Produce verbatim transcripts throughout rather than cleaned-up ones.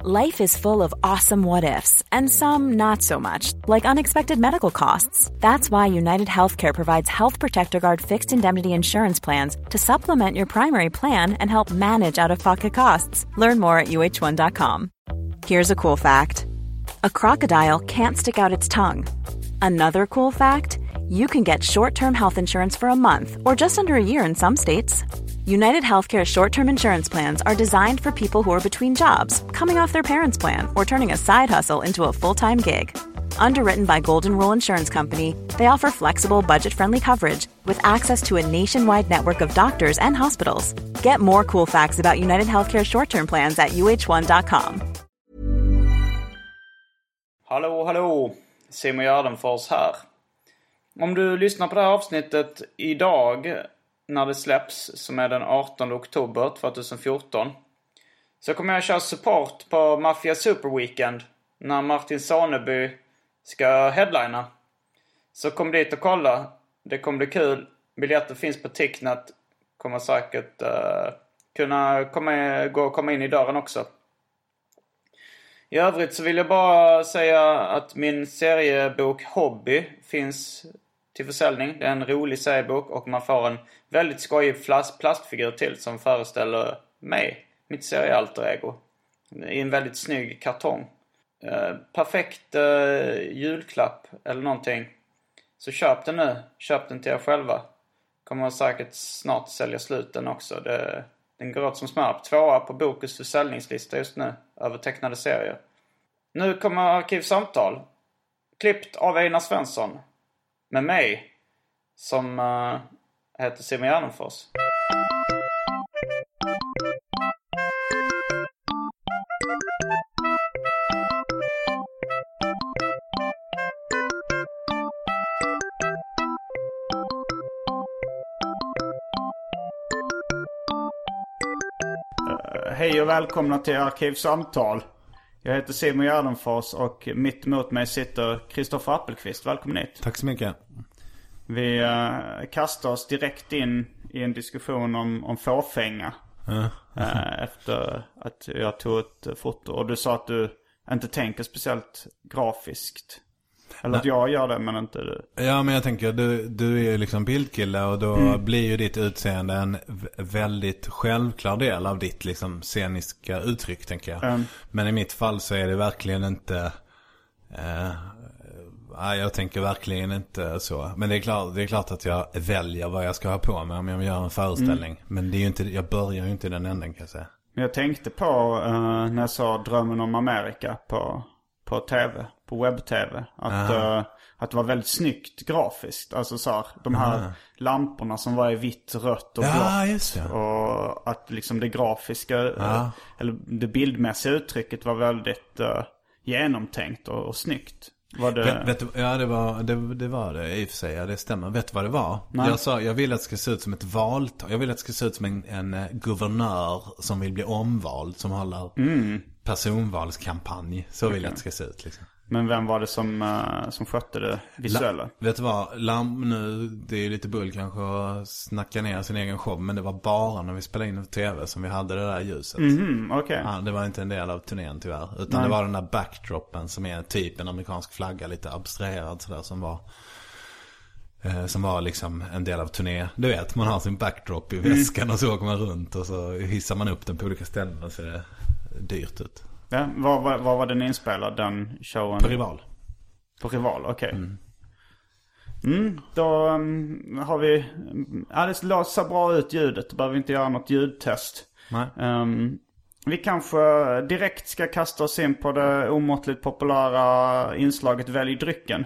Life is full of awesome what-ifs, and some not so much, like unexpected medical costs. That's why United Healthcare provides Health Protector Guard fixed indemnity insurance plans to supplement your primary plan and help manage out-of-pocket costs. Learn more at U H one dot com. Here's a cool fact. A crocodile can't stick out its tongue. Another cool fact, you can get short-term health insurance for a month or just under a year in some states. United Healthcare short-term insurance plans are designed for people who are between jobs, coming off their parents' plan, or turning a side hustle into a full-time gig. Underwritten by Golden Rule Insurance Company, they offer flexible, budget-friendly coverage with access to a nationwide network of doctors and hospitals. Get more cool facts about United Healthcare short-term plans at U H one dot com. Hallå, hallå! Simon Gärdenfors här. Om du lyssnar på det här avsnittet idag, när det släpps, som är den artonde oktober tjugohundrafjorton, så kommer jag köra support på Mafia Super Weekend när Martin Soneby ska headlina. Så kom dit och kolla. Det kommer bli kul. Biljetter finns på Ticknet. Kommer säkert uh, kunna komma, gå och komma in i dörren också. I övrigt så vill jag bara säga att min seriebok Hobby finns till försäljning. Det är en rolig seriebok och man får en väldigt skojig plast, plastfigur till som föreställer mig, mitt seriealter ego, i en väldigt snygg kartong. Eh, perfekt eh, julklapp eller någonting. Så köp den nu. Köp den till er själva. Kommer säkert snart sälja slut den också. Det, den går åt som smör. Tvåa på Bokus försäljningslista just nu över tecknade serier. Nu kommer Arkivsamtal. Klippt av Einar Svensson. Med mig. Som uh, heter Simon Gärdenfors. Hej och välkomna till Arkivsamtal. Jag heter Simon Gärdenfors och mitt emot mig sitter Kristoffer Appelqvist. Välkommen hit. Tack så mycket. Vi uh, kastar oss direkt in i en diskussion om, om fåfänga. Uh. uh, efter att jag tog ett foto. Och du sa att du inte tänker speciellt grafiskt. Eller Nej. Att jag gör det, men inte du. Ja, men jag tänker, du, du är ju liksom bildkille och då mm. blir ju ditt utseende en v- väldigt självklar del av ditt liksom sceniska uttryck, tänker jag. Mm. Men i mitt fall så är det verkligen inte... Eh, nej, jag tänker verkligen inte så. Men det är klart, det är klart att jag väljer vad jag ska ha på mig om jag gör en föreställning. Mm. Men det är ju inte, jag börjar ju inte i den änden, kan jag säga. Men jag tänkte på uh, när jag sa Drömmen om Amerika på... på tv, på webb-tv, att, uh, att det var väldigt snyggt grafiskt. Alltså så här, de här uh. lamporna som var i vitt, rött och ja, blått. Just det. Och att liksom det grafiska, uh. uh, eller det bildmässiga uttrycket var väldigt uh, genomtänkt och, och snyggt. Var det... vet, vet du, ja, det var det, det var det i och för sig, ja, det stämmer. Vet du vad det var? Nej. Jag sa, jag vill att det ska se ut som ett valtal. Jag vill att det ska se ut som en, en uh, guvernör som vill bli omvald, som håller mm. personvalskampanj. Så vill okay. jag att det ska se ut liksom. Men vem var det som, uh, som skötte det visuella? La, vet du vad? Lam, nu, det är ju lite bull kanske att snacka ner sin egen show. Men det var bara när vi spelade in på tv som vi hade det där ljuset. Mm-hmm, okay. Ja, det var inte en del av turnén tyvärr. Utan Nej. Det var den där backdropen som är typ en amerikansk flagga. Lite abstraherad sådär, som var... Eh, som var liksom en del av turné. Du vet, man har sin backdrop i väskan mm. och så åker man runt. Och så hissar man upp den på olika ställen och så är det dyrt ut. Ja, var, var, var var den inspelad, den showen? På Rival. På Rival, okej. Okay. Mm. Mm, då um, har vi... Ja, det ser bra ut ljudet. Då behöver vi inte göra något ljudtest. Nej. Um, vi kanske direkt ska kasta oss in på det omåttligt populära inslaget Välj drycken.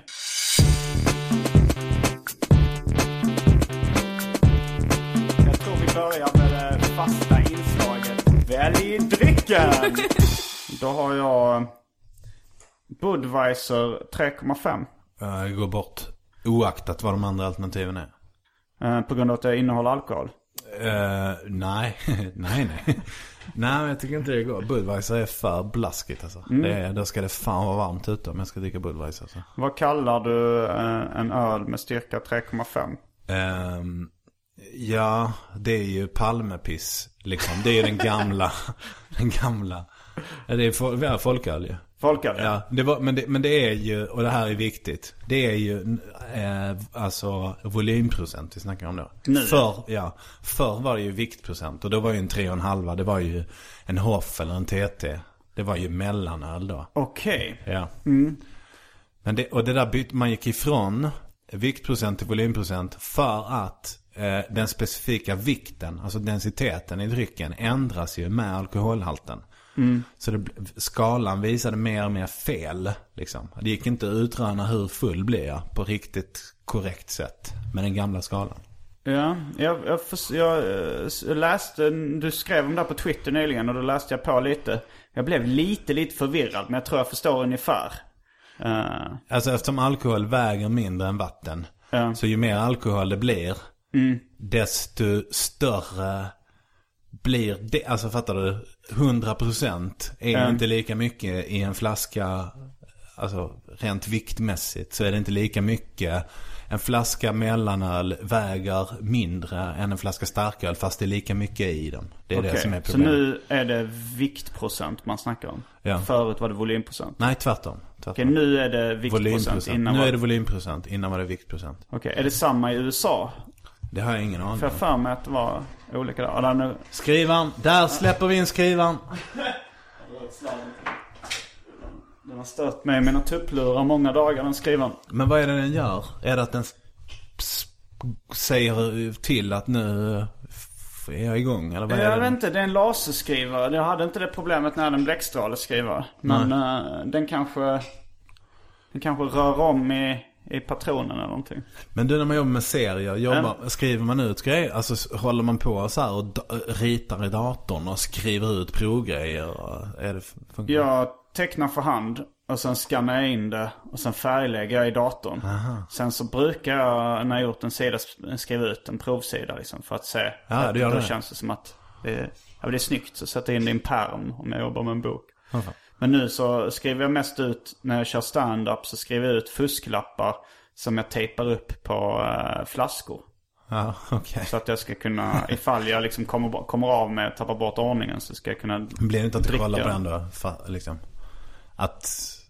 Jag tror vi börjar med det fasta inslaget Välj drycken! Då har jag Budweiser tre komma fem. Jag går bort oaktat vad de andra alternativen är. Uh, på grund av att det innehåller alkohol? Uh, nej, nej, nej. Nej, jag tycker inte det går. Budweiser är för blaskigt alltså. Mm. Det är, då ska det fan vara varmt ute om jag ska dricka Budweiser alltså. Vad kallar du uh, en öl med styrka tre komma fem? Um, ja, det är ju Palmepiss liksom. Det är ju den gamla den gamla Ja, det är fol- ja, folköl ju. Folköl, ja. Det var, men, det, men det är ju, och det här är viktigt, det är ju eh, alltså volymprocent vi snackar om då. Nu. Förr, ja, förr var det ju viktprocent, och då var ju en tre och en halva, det var ju en Hoff eller en T T. Det var ju mellanöl då. Okej. Okay. Ja. Mm. Men det, och det där bytte man gick ifrån viktprocent till volymprocent för att eh, den specifika vikten, alltså densiteten i drycken, ändras ju med alkoholhalten. Mm. Så det, skalan visade mer och mer fel liksom. Det gick inte att utröna hur full blir jag på riktigt korrekt sätt med den gamla skalan. Ja, jag, jag, jag, jag läste, du skrev om det på Twitter nyligen och då läste jag på lite. Jag blev lite, lite förvirrad, men jag tror jag förstår ungefär. Uh. Alltså eftersom alkohol väger mindre än vatten, uh. så ju mer alkohol det blir, mm. desto större blir det. Alltså fattar du, hundra procent är uh. inte lika mycket i en flaska. Alltså rent viktmässigt så är det inte lika mycket. En flaska mellanöl väger mindre än en flaska starköl, fast det är lika mycket i dem. Det är okay. Det som är problemet. Så nu är det viktprocent man snackar om. Ja. Förut var det volymprocent. Nej, tvärtom. tvärtom. Okej, nu är det viktprocent. Innan nu var... är det volymprocent, innan var det viktprocent. Okej, okay. Är det samma i U S A? Det har jag ingen aning om. För jag för mig att det var olika där. Ja, nu... Skrivan, där släpper vi in skrivan. Den har stött mig i mina tupplurar många dagar, den skrivan. Men vad är det den gör? Är det att den säger till att nu är jag igång? Eller vad är jag det? vet inte, det är en laserskrivare. Jag hade inte det problemet när jag hade en bläckstråleskrivare. Men uh, den kanske den kanske rör om i, i patronen eller någonting. Men du, när man jobbar med serier, jobbar, mm. skriver man ut grejer? Alltså håller man på så här och d- ritar i datorn och skriver ut provgrejer? Är det, funkar? Jag tecknar för hand och sen skannar jag in det och sen färglägger jag i datorn. Aha. Sen så brukar jag, när jag gjort en sida, skriva ut en provsida liksom, för att se. Ja, det gör då det. Känns det som att det, ja, det är snyggt, så sätter jag in det i en pärm om jag jobbar med en bok. Aha. Men nu så skriver jag mest ut, när jag kör stand-up så skriver jag ut fusklappar som jag tejpar upp på äh, flaskor. Ja, okay. Så att jag ska kunna, ifall jag liksom kommer, kommer av med att tappa bort ordningen, så ska jag kunna blir det inte att du dricka. kollar på den då? För, liksom, att,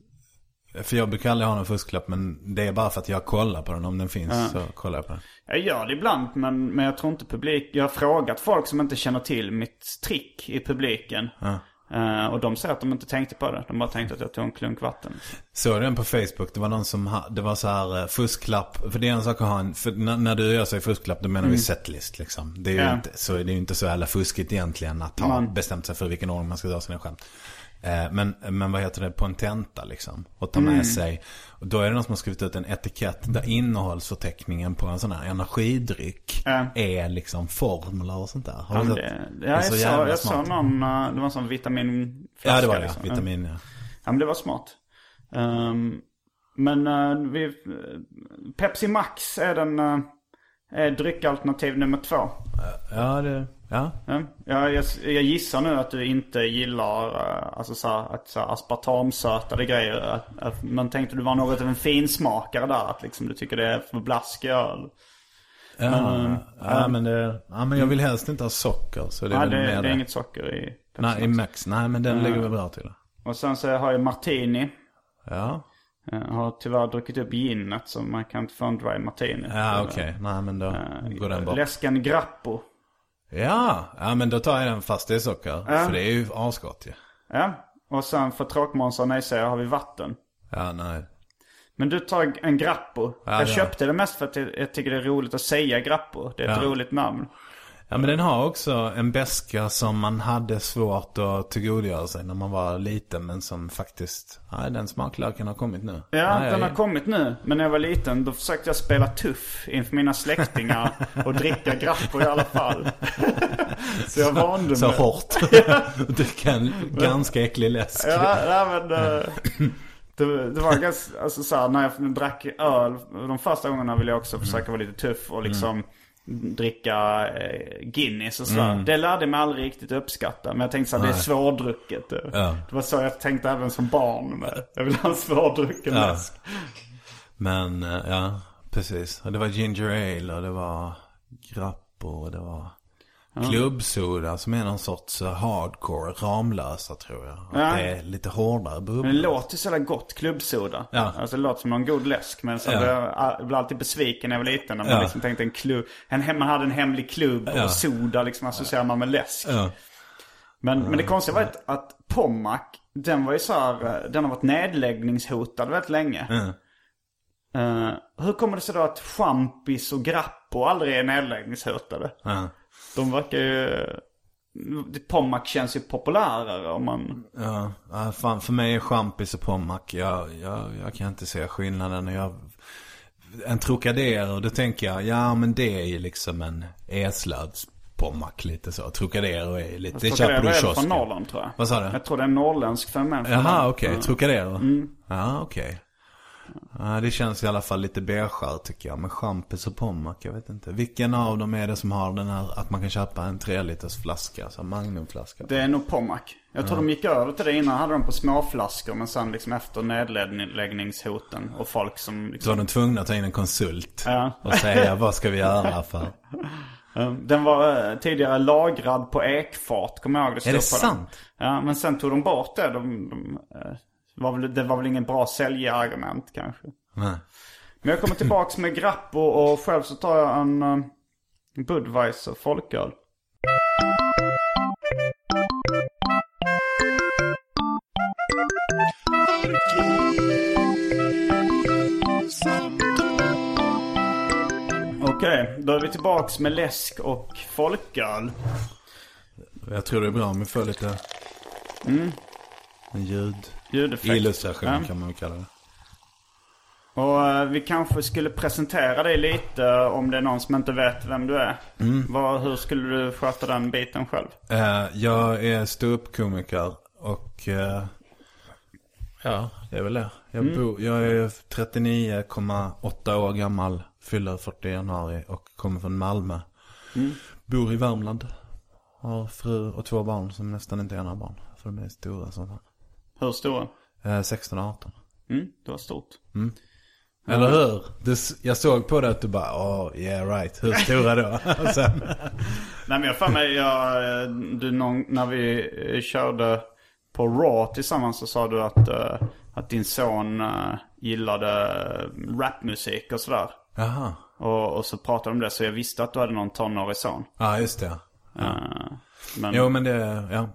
för jag brukar aldrig ha någon fusklapp, men det är bara för att jag kollar på den. Om den finns ja. Så kollar jag på den. Jag gör det ibland, men, men jag tror inte publik. Jag har frågat folk som inte känner till mitt trick i publiken. Ja. Uh, och de säger att de inte tänkte på det. De bara tänkte att jag tog en klunk vatten. Såg den på Facebook? Det var någon som ha, det var så här fusklapp. För det är en sak att ha en, för när, när du gör sig fusklapp, då menar mm. vi setlist liksom. Det är ju ja. inte, så det är ju inte så jävla fuskigt egentligen att ha man. bestämt sig för vilken ordning man ska dra sina skämt. Eh, men, men vad heter det, på en tenta liksom. Och ta med mm. sig. Och då är det någon som har skrivit ut en etikett där innehållsförteckningen på en sån här energidryck ja. är liksom formler och sånt där. Har ja, det, det, jag, så jag, jag såg någon, det var en sån vitaminflaska. Ja, det var det, liksom. vitamin, ja. Ja, men det var smart. Um, men uh, vi, Pepsi Max är den uh, är dryckalternativ nummer två. Ja, det... Ja. Ja, jag, jag gissar nu att du inte gillar uh, alltså så här, att så här, aspartamsötade grejer. Att, att, man tänkte du var något av en finsmakare där. Att liksom, du tycker det är för blaskig öl. Ja, men, uh, ja, uh, men, det, ja, men jag vill helst inte ha socker. Så det är, nej, väl det, det är inget socker i Pepsi Nej, i Max. Nej, men den uh, ligger väl bra till. Och sen så har jag martini. Ja. Jag har tyvärr druckit upp ginnet, så man kan inte få en dry martini. Ja, okej. Okay. Nej, men då uh, går den bort. Läsken Grappo. Ja, ja, men då tar jag den fast det är socker. Ja. För det är ju asgott ju. Ja. ja, och sen för tråkmånsar nej säger har vi vatten. Ja, nej. Men du tar en Grappo. Ja, jag ja. köpte det mest för att jag tycker det är roligt att säga Grappo. Det är ett ja. roligt namn. Ja, men den har också en beska som man hade svårt att tillgodogöra sig när man var liten, men som faktiskt, ja, den smaklöken har kommit nu. Ja, ja den jag... har kommit nu. Men när jag var liten, då försökte jag spela tuff inför mina släktingar och dricka Grappo i alla fall. Så jag vande mig. Så hårt. Dricka en ganska äcklig läsk. Ja, ja men... Det, det, det var ganska, alltså så här, när jag drack öl, de första gångerna ville jag också försöka vara lite tuff och liksom... Mm. dricka eh, Guinness och så. Mm. Det lärde mig aldrig riktigt uppskatta. Men jag tänkte så här, det är svårdrucket. Ja. Det var så jag tänkte även som barn med. Jag vill ha en svårdrucken ja. läsk. Men ja, precis. Och det var ginger ale och det var Grappo och det var... klubbsoda som är någon sorts hardcore Ramlösa, tror jag. Ja. Det är lite hårdare bubblor. Men det låter så gott, klubbsoda. Ja. Alltså det låter som någon god läsk. Men så ja. blev jag blev alltid besviken när jag var liten. När man ja. liksom tänkte en klubb. En, man hade en hemlig klubb och ja. soda liksom associerar man med läsk. Ja. Men, men det konstiga var att, att Pommac, den var ju så här, den har varit nedläggningshotad väldigt länge. Mm. Uh, hur kommer det sig då att Champis och Grappo aldrig är nedläggningshotade? Mm. De verkar ju... Pommac känns ju populärare om man... Ja, ja fan, för mig är Champis och Pommac, jag, jag, jag kan inte se skillnaden. Jag, en Trocadero, då tänker jag, ja men det är ju liksom en Eslövs Pommac lite så. Trocadero är lite, det köper du i kiosken. Från Norrland, tror jag. Vad sa du? Jag tror det är en norrländsk fenomen. Jaha, okej, okay. Trocadero. Mm. Ja, okej. Okay. Ja, det känns i alla fall lite beigare tycker jag. Men Champis och Pommac, jag vet inte. Vilken av dem är det som har den här att man kan köpa en tre liters flaska, alltså magnumflaska? Det är nog Pommac. Jag tror mm. de gick över till det. Innan hade de på små flaskor, men sen liksom efter nedläggningshoten och folk som liksom... Så var de tvungna att ta in en konsult ja. och säga vad ska vi göra för? Den var tidigare lagrad på ekfat, kommer jag ihåg. Det är det sant? Den. Ja, men sen tog de bort det. De, de, var väl, det var väl ingen bra säljargument kanske. Nej. Men jag kommer tillbaks med Grappo och själv så tar jag en uh, Budweiser folköl. Okej, okay, då är vi tillbaks med läsk och folköl. Jag tror det är bra om vi får lite mm. ljud. Ljudeffekt. Illustration ja. kan man kalla det. Och uh, vi kanske skulle presentera dig lite om det är någon som inte vet vem du är. Mm. Vad, hur skulle du sköta den biten själv? Uh, jag är ståuppkomiker och uh, ja, det är väl det. Jag, mm. bor, jag är trettionio komma åtta år gammal, fyller fyrtio januari och kommer från Malmö. Mm. Bor i Värmland. Har fru och två barn som nästan inte är några barn. För de är stora sådana. Hur stora? Uh, sexton och arton. Mm, det var stort. Mm. Eller hur? Du, jag såg på det att du bara, oh yeah right, hur stora då? Sen... Nej men jag för mig, jag, du, någon, när vi körde på Raw tillsammans så sa du att, uh, att din son uh, gillade rapmusik och sådär. Jaha. Och, och så pratade de om det, så jag visste att du hade någon tonårig son. Ja, just det. Ja. Uh, men... Jo men det, ja.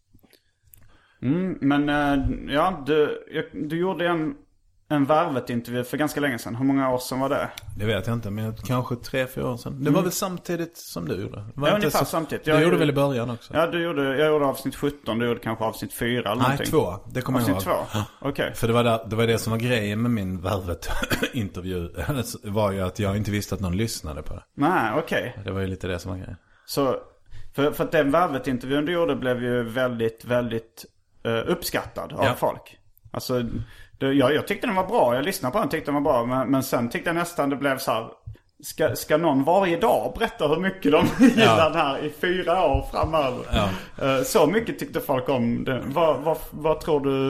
Mm, men uh, ja, du, du gjorde en... En Värvet-intervju för ganska länge sedan. Hur många år sedan var det? Det vet jag inte, men kanske tre, fyra år sedan. Det var mm. väl samtidigt som du gjorde? Var ja, inte ungefär så... samtidigt. Du jag gjorde gjorde väl i början också? Ja, du gjorde, jag gjorde avsnitt sjutton, du gjorde kanske avsnitt fyra eller Nej, någonting. två. Det kommer jag ihåg. Avsnitt två? Ja. Okej. Okay. För det var, där, det var det som var grejen med min Värvet-intervju. var ju att jag inte visste att någon lyssnade på det. Nej, okej. Okay. Det var ju lite det som var grejen. Så, för, för att den Värvet-intervjun du gjorde blev ju väldigt, väldigt uh, uppskattad av ja. folk. Alltså... Det, ja, jag tyckte den var bra. Jag lyssnade på den och tyckte den var bra. Men, men sen tyckte jag nästan det blev så här. Ska, ska någon varje dag berätta hur mycket de gillar ja. den här i fyra år framöver? Ja. Så mycket tyckte folk om den. Vad, vad, vad tror du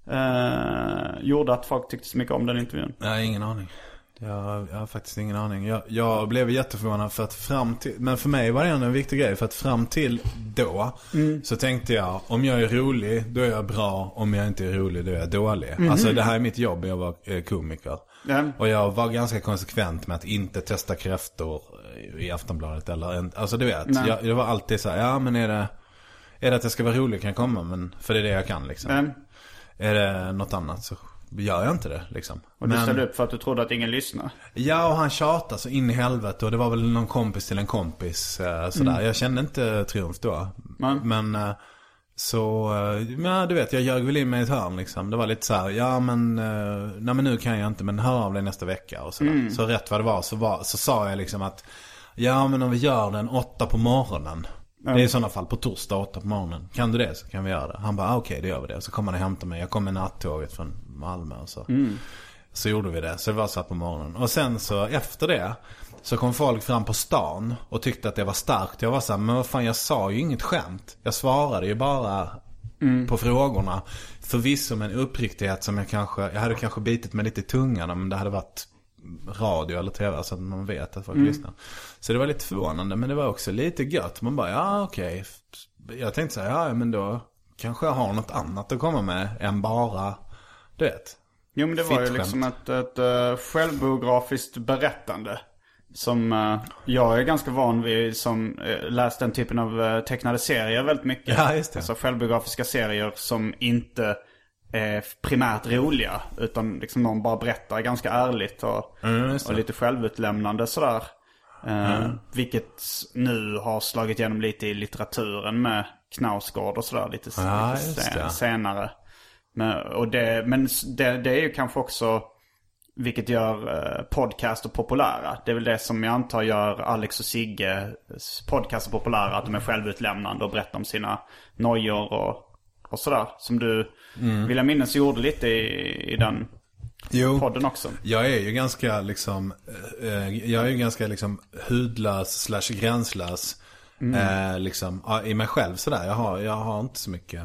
eh, gjorde att folk tyckte så mycket om den intervjun? Nej, ingen aning. Jag, jag har faktiskt ingen aning. Jag, jag blev jätteförvånad för att fram till... Men för mig var det en viktig grej. För att fram till då mm. så tänkte jag, om jag är rolig, då är jag bra. Om jag inte är rolig, då är jag dålig. Mm-hmm. Alltså det här är mitt jobb, jag var eh, komiker. Mm. Och jag var ganska konsekvent med att inte testa kräftor i Aftonbladet. Eller en, alltså du vet, jag, jag var alltid så här, ja men är det, är det att jag ska vara rolig kan jag komma. Men, för det är det jag kan liksom. Mm. Är det något annat så... gör jag inte det liksom. Och du men... ställde upp för att du trodde att ingen lyssnar? Ja, och han tjatade så in i helvete. Och det var väl någon kompis till en kompis eh, sådär. Mm. Jag kände inte triumf då. Mm. Men eh, så, eh, ja du vet, jag ljög väl in mig i ett hörn liksom. Det var lite så här, ja men eh, nej men nu kan jag inte, men hör av dig nästa vecka och sådär. Mm. Så rätt vad det var så, var så sa jag liksom att ja men om vi gör den åtta på morgonen. Mm. Det är i sådana fall på torsdag åtta på morgonen. Kan du det så kan vi göra det. Han bara, ah, okej okay, det gör vi det. Så kommer han och hämtar mig. Jag kom med nattåget från Malmö och så. Mm. Så gjorde vi det. Så det var så här på morgonen. Och sen så efter det så kom folk fram på stan och tyckte att det var starkt. Jag var så här, men vad fan, jag sa ju inget skämt. Jag svarade ju bara mm. på frågorna. Förvisso med en uppriktighet som jag kanske, jag hade kanske bitit mig lite i tungan, men det hade varit radio eller tv så att man vet att folk mm. lyssnar. Så det var lite förvånande, men det var också lite gött. Man bara, ja okej. Okay. Jag tänkte så här, ja men då kanske jag har något annat att komma med än bara, du vet. Jo, men det var ju liksom ett, ett uh, självbiografiskt berättande som uh, jag är ganska van vid, som uh, läst den typen av uh, tecknade serier väldigt mycket. Ja, just det. Alltså självbiografiska serier som inte är primärt roliga, utan liksom någon bara berättar ganska ärligt och, mm, och lite självutlämnande sådär. Uh, mm. Vilket nu har slagit igenom lite i litteraturen med Knausgård och sådär lite, ja, lite sen, senare. Men, och det, men det, det är ju kanske också, vilket gör eh, podcaster populära. Det är väl det som jag antar gör Alex och Sigge podcaster populära, att de är självutlämnande och berättar om sina nojor och, och sådär. Som du, mm. vill jag minnas, gjorde lite i, i den jo, podden också. Jag är ju ganska liksom, eh, jag är ju ganska liksom hudlös slash gränslös mm. eh, liksom, i mig själv sådär. Jag har, jag har inte så mycket.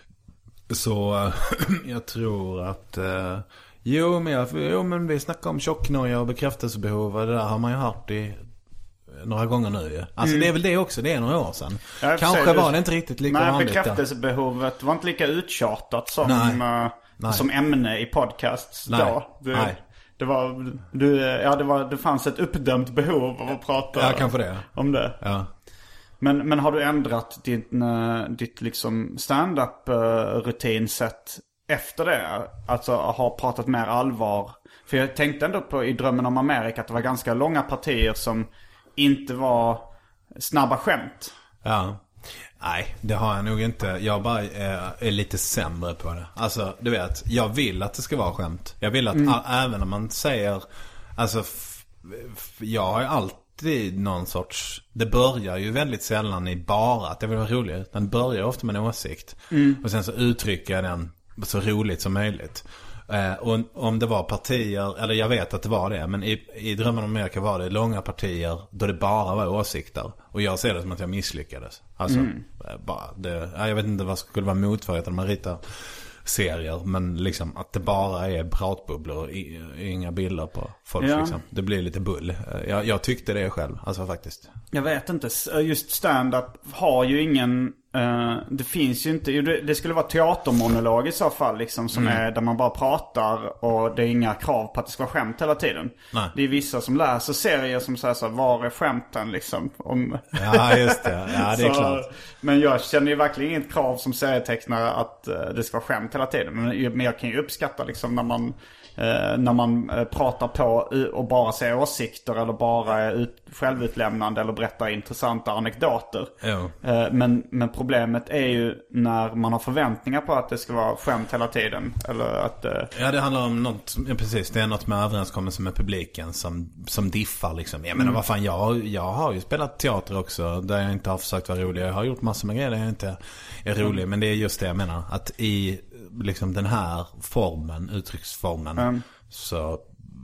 Så jag tror att eh, jo, men jag, jo men vi snackar om tjocknoja och bekräftelsebehov, och det där har man ju hört i några gånger nu. Alltså mm. det är väl det också, det är några år sedan. Ja, kanske var det inte riktigt lika nej, vanligt. Nej, bekräftelsebehovet var inte lika uttjatat som, nej. Uh, som ämne i podcasts nej. Då. Det, nej. Det var, du, ja, det var, det fanns ett uppdämt behov av att prata ja, kanske det. om det. Ja. Men, men har du ändrat din, uh, ditt liksom stand-up uh, rutinsätt efter det? Alltså har pratat mer allvar? För jag tänkte ändå på i Drömmen om Amerika att det var ganska långa partier som inte var snabba skämt. Ja. Nej, det har jag nog inte. Jag bara är, är lite sämre på det. Alltså, du vet, jag vill att det ska vara skämt. Jag vill att mm. a- även om man säger, alltså f- f- jag har ju alltid det är någon sorts, det börjar ju väldigt sällan i bara att det vill vara roligt. Den börjar ofta med en åsikt mm. och sen så uttrycker jag den så roligt som möjligt. eh, och om det var partier, eller jag vet att det var det, men i, i Drömmen om Amerika var det långa partier då det bara var åsikter, och jag ser det som att jag misslyckades. Alltså mm. bara det, jag vet inte vad skulle vara motsvarigheten om man ritar serier, men liksom att det bara är pratbubblor och inga bilder på folk ja. Liksom. Det blir lite bull. Jag, jag tyckte det själv, alltså faktiskt. Jag vet inte, just stand-up har ju ingen uh, det finns ju inte, det skulle vara teatermonolog i så fall liksom, som mm. är där man bara pratar och det är inga krav på att det ska vara skämt hela tiden. Nej. Det är vissa som läser serier som säger så här, var är skämten liksom om... Ja, just det. Ja, det är så, klart. Men jag känner ju verkligen inget krav som serietecknare att uh, det ska vara skämt hela tiden. Men, men jag kan ju uppskatta liksom när man Uh, när man uh, pratar på och bara säger åsikter eller bara är ut, självutlämnande eller berättar intressanta anekdoter. Uh, men, men problemet är ju när man har förväntningar på att det ska vara skämt hela tiden. Eller att, uh... Ja, det handlar om något, ja, precis, det är något med överenskommelse med publiken som, som diffar liksom. Jag menar, mm. vad fan, jag, jag har ju spelat teater också där jag inte har försökt vara rolig. Jag har gjort massor med grejer där jag inte är rolig, mm. men det är just det jag menar, att i liksom den här formen, uttrycksformen, mm. så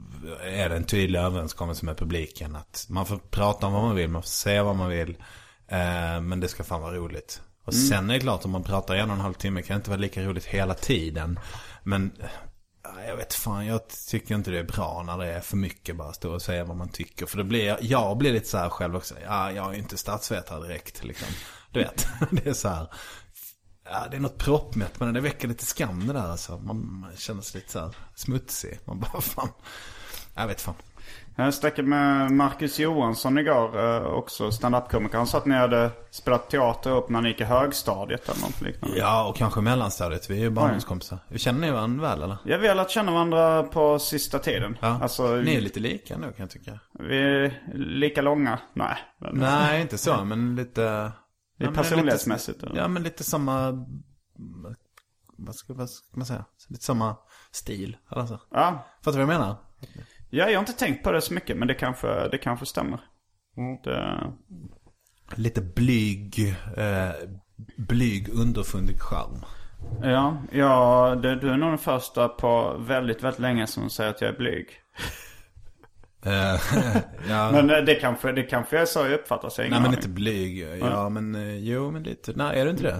är det en tydlig överenskommelse med publiken att man får prata om vad man vill, man får säga vad man vill, eh, men det ska fan vara roligt. Och mm. sen är det klart, om man pratar en och en halv timme kan det inte vara lika roligt hela tiden, men jag vet fan, jag tycker inte det är bra när det är för mycket bara stå och säga vad man tycker, för det blir, jag blir lite så här själv också, ja, jag är inte statsvetare direkt liksom, du vet. Det är så här, ja, det är något proppmätt, men det väcker lite skam det där alltså. Man, man känner sig lite så här smutsig. Man bara, fan, jag vet fan. Jag snackade med Marcus Johansson igår, eh, också stand-up-komiker. Han sa att ni hade spelat teater upp när ni gick i högstadiet eller något liknande. Ja, och kanske mellanstadiet. Vi är ju barndomskompisar. Vi känner ni varandra väl, eller? Ja, vi har lärt känna varandra på sista tiden. Ja. Alltså, ni är lite lika nu, kan jag tycka. Vi är lika långa. Nej. Men... Nej, inte så, men lite... Det är personlighetsmässigt. Lite, ja, men lite samma... Vad ska, vad ska man säga? Lite samma stil. Alltså. Ja. Fattar du vad jag menar? Ja, jag har inte tänkt på det så mycket, men det kanske, det kanske stämmer. Mm. Det... Lite blyg, eh, blyg underfundig charm. Ja, ja det, du är nog den första på väldigt, väldigt länge som säger att jag är blyg. Ja. Men det kanske, det kanske är så jag uppfattar sig. Nej, men inte blyg. Ja, men jo, men lite. Nej, är du inte det?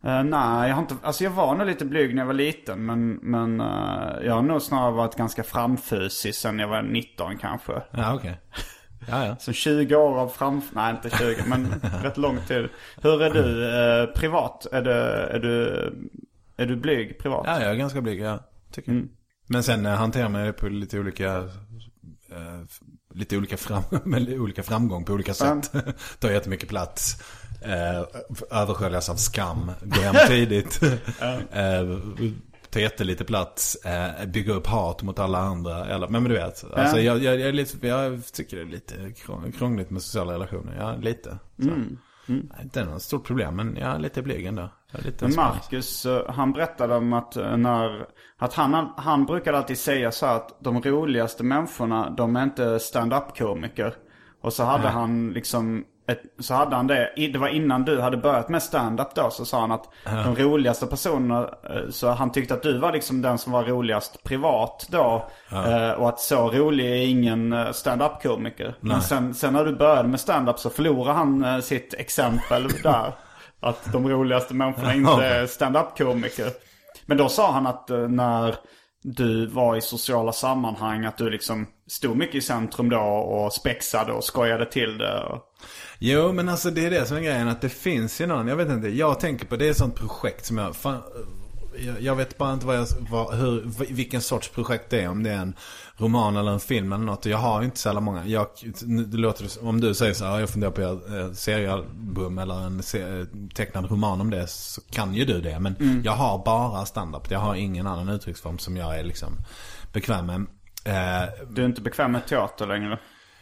Uh, nej, jag har inte, alltså jag var nog lite blyg när jag var liten. Men, men uh, jag har nog snarare varit ganska framfysig sen jag var nitton kanske. Ja, okej. Okay. Ja, ja. Så tjugo år av fram... Nej, inte tjugo, men rätt lång tid. Hur är du uh, privat? Är du, är, du, är du blyg privat? Ja, jag är ganska blyg, jag tycker mm. Men sen uh, hanterar man det på lite olika... Uh, lite olika, fram, med olika framgång på olika sätt. Mm. Tar jättemycket plats. Eh, översköljas av skam. Gå hem tidigt. eh, tar jättelite plats. Eh, bygga upp hat mot alla andra. Eller, men, men du vet. Alltså, mm. jag, jag, jag, är lite, jag tycker det är lite krångligt med sociala relationer. Ja, lite. Så. Mm. Mm. Det är något stort problem, men jag är lite blyg ändå. Lite men Marcus, han berättade om att när att han, han brukade alltid säga så att de roligaste människorna, de är inte stand-up-komiker. Och så hade Nej. han liksom ett, så hade han det, det var innan du hade börjat med stand-up då, så sa han att uh-huh. de roligaste personerna, så han tyckte att du var liksom den som var roligast privat då. Uh-huh. Och att så rolig är ingen stand-up-komiker. Men sen, sen när du började med stand-up så förlorade han sitt exempel där. Att de roligaste människorna inte är stand-up-komiker. Men då sa han att när du var i sociala sammanhang att du liksom stod mycket i centrum då och spexade och skojade till det. Och... Jo, men alltså det är det som är grejen, att det finns ju någon, jag vet inte, jag tänker på det är ett sånt projekt som jag, fan, jag, jag vet bara inte vad jag, vad, hur, vilken sorts projekt det är, om det är en roman eller en film eller något. Jag har inte så alla många. Jag, det låter, om du säger så här, jag funderar på ett seriealbum eller en se, tecknad roman om det, så kan ju du det. Men mm. jag har bara stand-up. Jag har ingen annan uttrycksform som jag är liksom bekväm med. Eh, du är inte bekväm med teater längre?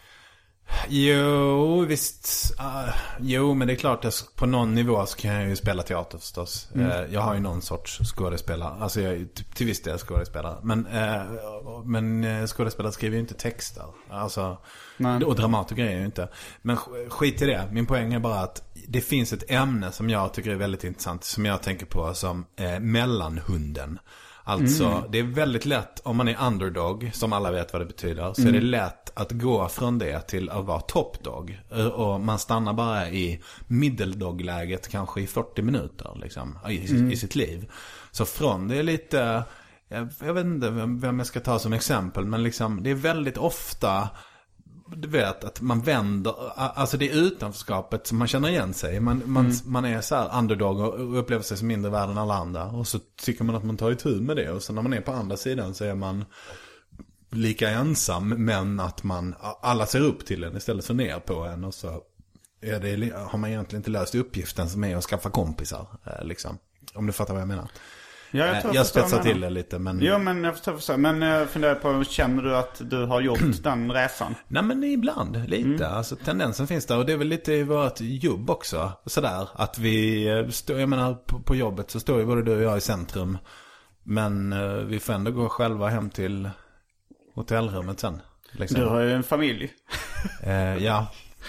Jo, visst. Uh, jo, men det är klart att på någon nivå så kan jag ju spela teater förstås. Mm. Uh, jag har ju någon sorts skådespelare. Alltså jag är till viss del skådespelare. Men, uh, men skådespelare skriver ju inte texter. Alltså, och dramatiker är ju inte. Men skit i det. Min poäng är bara att det finns ett ämne som jag tycker är väldigt intressant. Som jag tänker på som eh, mellanhunden. Alltså, mm. det är väldigt lätt, om man är underdog, som alla vet vad det betyder, så mm. är det lätt att gå från det till att vara topdog. Och man stannar bara i middeldog-läget kanske i fyrtio minuter liksom, i, mm. i sitt liv. Så från det är lite, jag, jag vet inte vem jag ska ta som exempel, men liksom, det är väldigt ofta... Du vet att man vänder, alltså det är utanförskapet som man känner igen sig. Man, man, mm. man är så här underdog och upplever sig som mindre värd än alla andra. Och så tycker man att man tar itu med det. Och så när man är på andra sidan så är man lika ensam, men att man, alla ser upp till en istället för ner på en. Och så är det, har man egentligen inte löst uppgiften som är att skaffa kompisar. Liksom. Om du fattar vad jag menar. Ja, jag, jag, jag spetsar till det lite, men... Jo, men jag förstår, förstår. Men jag funderar på, känner du att du har gjort den resan? Nej, men ibland, lite. Mm. Alltså tendensen finns där. Och det är väl lite i vårt jobb också. Sådär, att vi står, jag menar, på, på jobbet så står ju både du och jag i centrum. Men uh, vi får ändå gå själva hem till hotellrummet sen. Liksom. Du har ju en familj. uh, ja.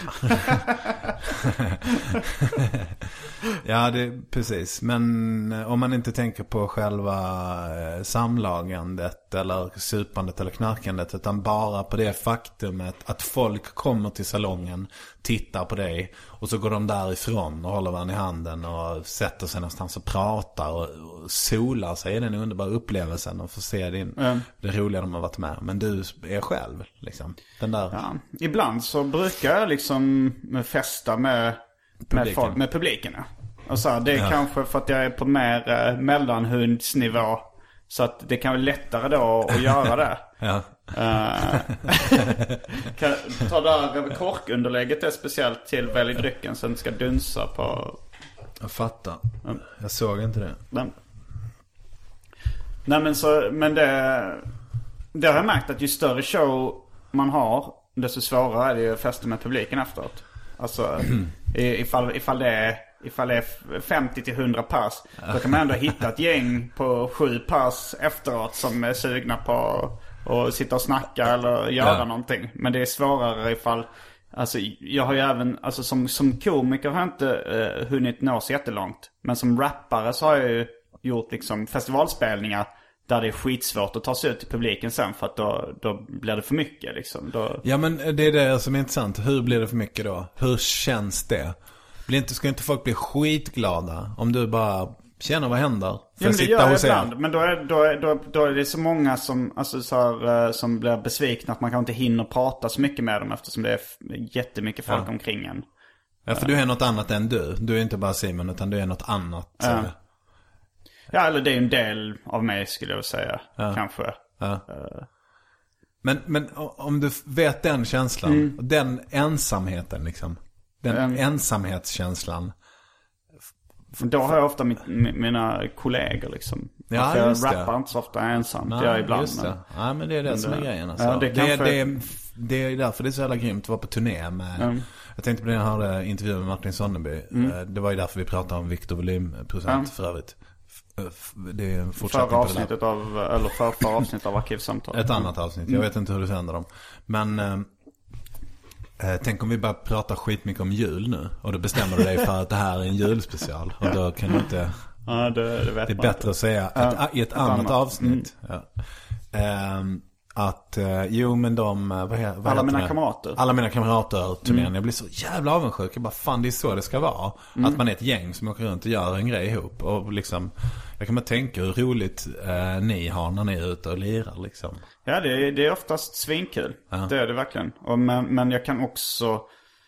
Ja, det precis. Men om man inte tänker på själva eh, samlagandet eller supandet eller knarkandet, utan bara på det faktumet att folk kommer till salongen, tittar på dig och så går de därifrån och håller varandra i handen och sätter sig någonstans och pratar och, och solar sig i den underbara upplevelsen och får se din, mm. det roliga de har varit med. Men du är själv liksom. Den där... Ja. Ibland så brukar jag liksom festa med Med, folk, med publiken, ja. Och så här, det är ja. kanske för att jag är på mer eh, mellanhundsnivå. Så att det kan vara lättare då att göra det. Ja. Uh, kan, ta där korkunderlägget är speciellt till välj drycken så den ska dunsa på. Jag fattar. Mm. Jag såg inte det. Men, nej men så, men det, det har jag märkt att ju större show man har, desto svårare är det ju att festa med publiken efteråt. Alltså ifall, ifall, det är, ifall det är femtio till hundra pass, då kan man ändå hitta ett gäng på sju pass efteråt som är sugna på att sitta och snacka eller göra ja. någonting. Men det är svårare ifall, alltså jag har ju även, alltså som, som komiker har jag inte uh, hunnit nå så jättelångt. Men som rappare så har jag ju gjort liksom festivalspelningar där det är skitsvårt att ta sig ut till publiken sen, för att då, då blir det för mycket liksom. Då... Ja, men det är det som är intressant. Hur blir det för mycket då? Hur känns det? Blir inte, ska inte folk bli skitglada om du bara Tjena, vad händer? Får ja, men jag sitta hos er? Men då är, då, är, då, då är det så många som, alltså, så här, som blir besvikna att man kan inte hinna prata så mycket med dem eftersom det är jättemycket folk ja. omkring en. Ja, för du är något annat än du. Du är inte bara Simon, utan du är något annat. Ja, ja eller det är en del av mig skulle jag säga, ja. kanske. Ja. Uh. Men, men om du vet den känslan, mm. den ensamheten liksom, den mm. ensamhetskänslan. Då har jag ofta mitt, mina kollegor liksom. Ja, jag just rappar det. inte så ofta ensam. Nej, det är ibland. Just det. Men... Ja, men det är det men som det... är grejen alltså. Ja, det, det, kanske... det, är, det är därför det är så jävla grymt att vara på turné med... Mm. Jag tänkte på det, jag hade intervju med Martin Sonneby. Mm. Det var ju därför vi pratade om Victor volymprocent mm. för övrigt. Det är en fortsättning förra avsnittet av, eller för, för avsnitt av Arkivsamtal. Ett annat avsnitt, jag vet inte hur du sänder dem. Men eh, tänk om vi bara pratar skitmycket om jul nu. Och då bestämmer du dig för att det här är en julspecial. Och då kan du inte... Ja, det, det, vet det är man bättre inte. att säga ja, ett, i ett, ett annat, annat avsnitt. Mm. Ja. Um, att, uh, jo men de... Vad, vad Alla mina det? kamrater. Alla mina kamrater, turnén. Mm. Jag blir så jävla avundsjuk. Jag bara, fan det är så det ska vara. Mm. Att man är ett gäng som åker runt och gör en grej ihop. Och liksom... Jag kan bara tänka hur roligt eh, ni har när ni är ute och lirar liksom. Ja, det är, det är oftast svinkul. Ja. Det är det verkligen. Och men, men jag kan också...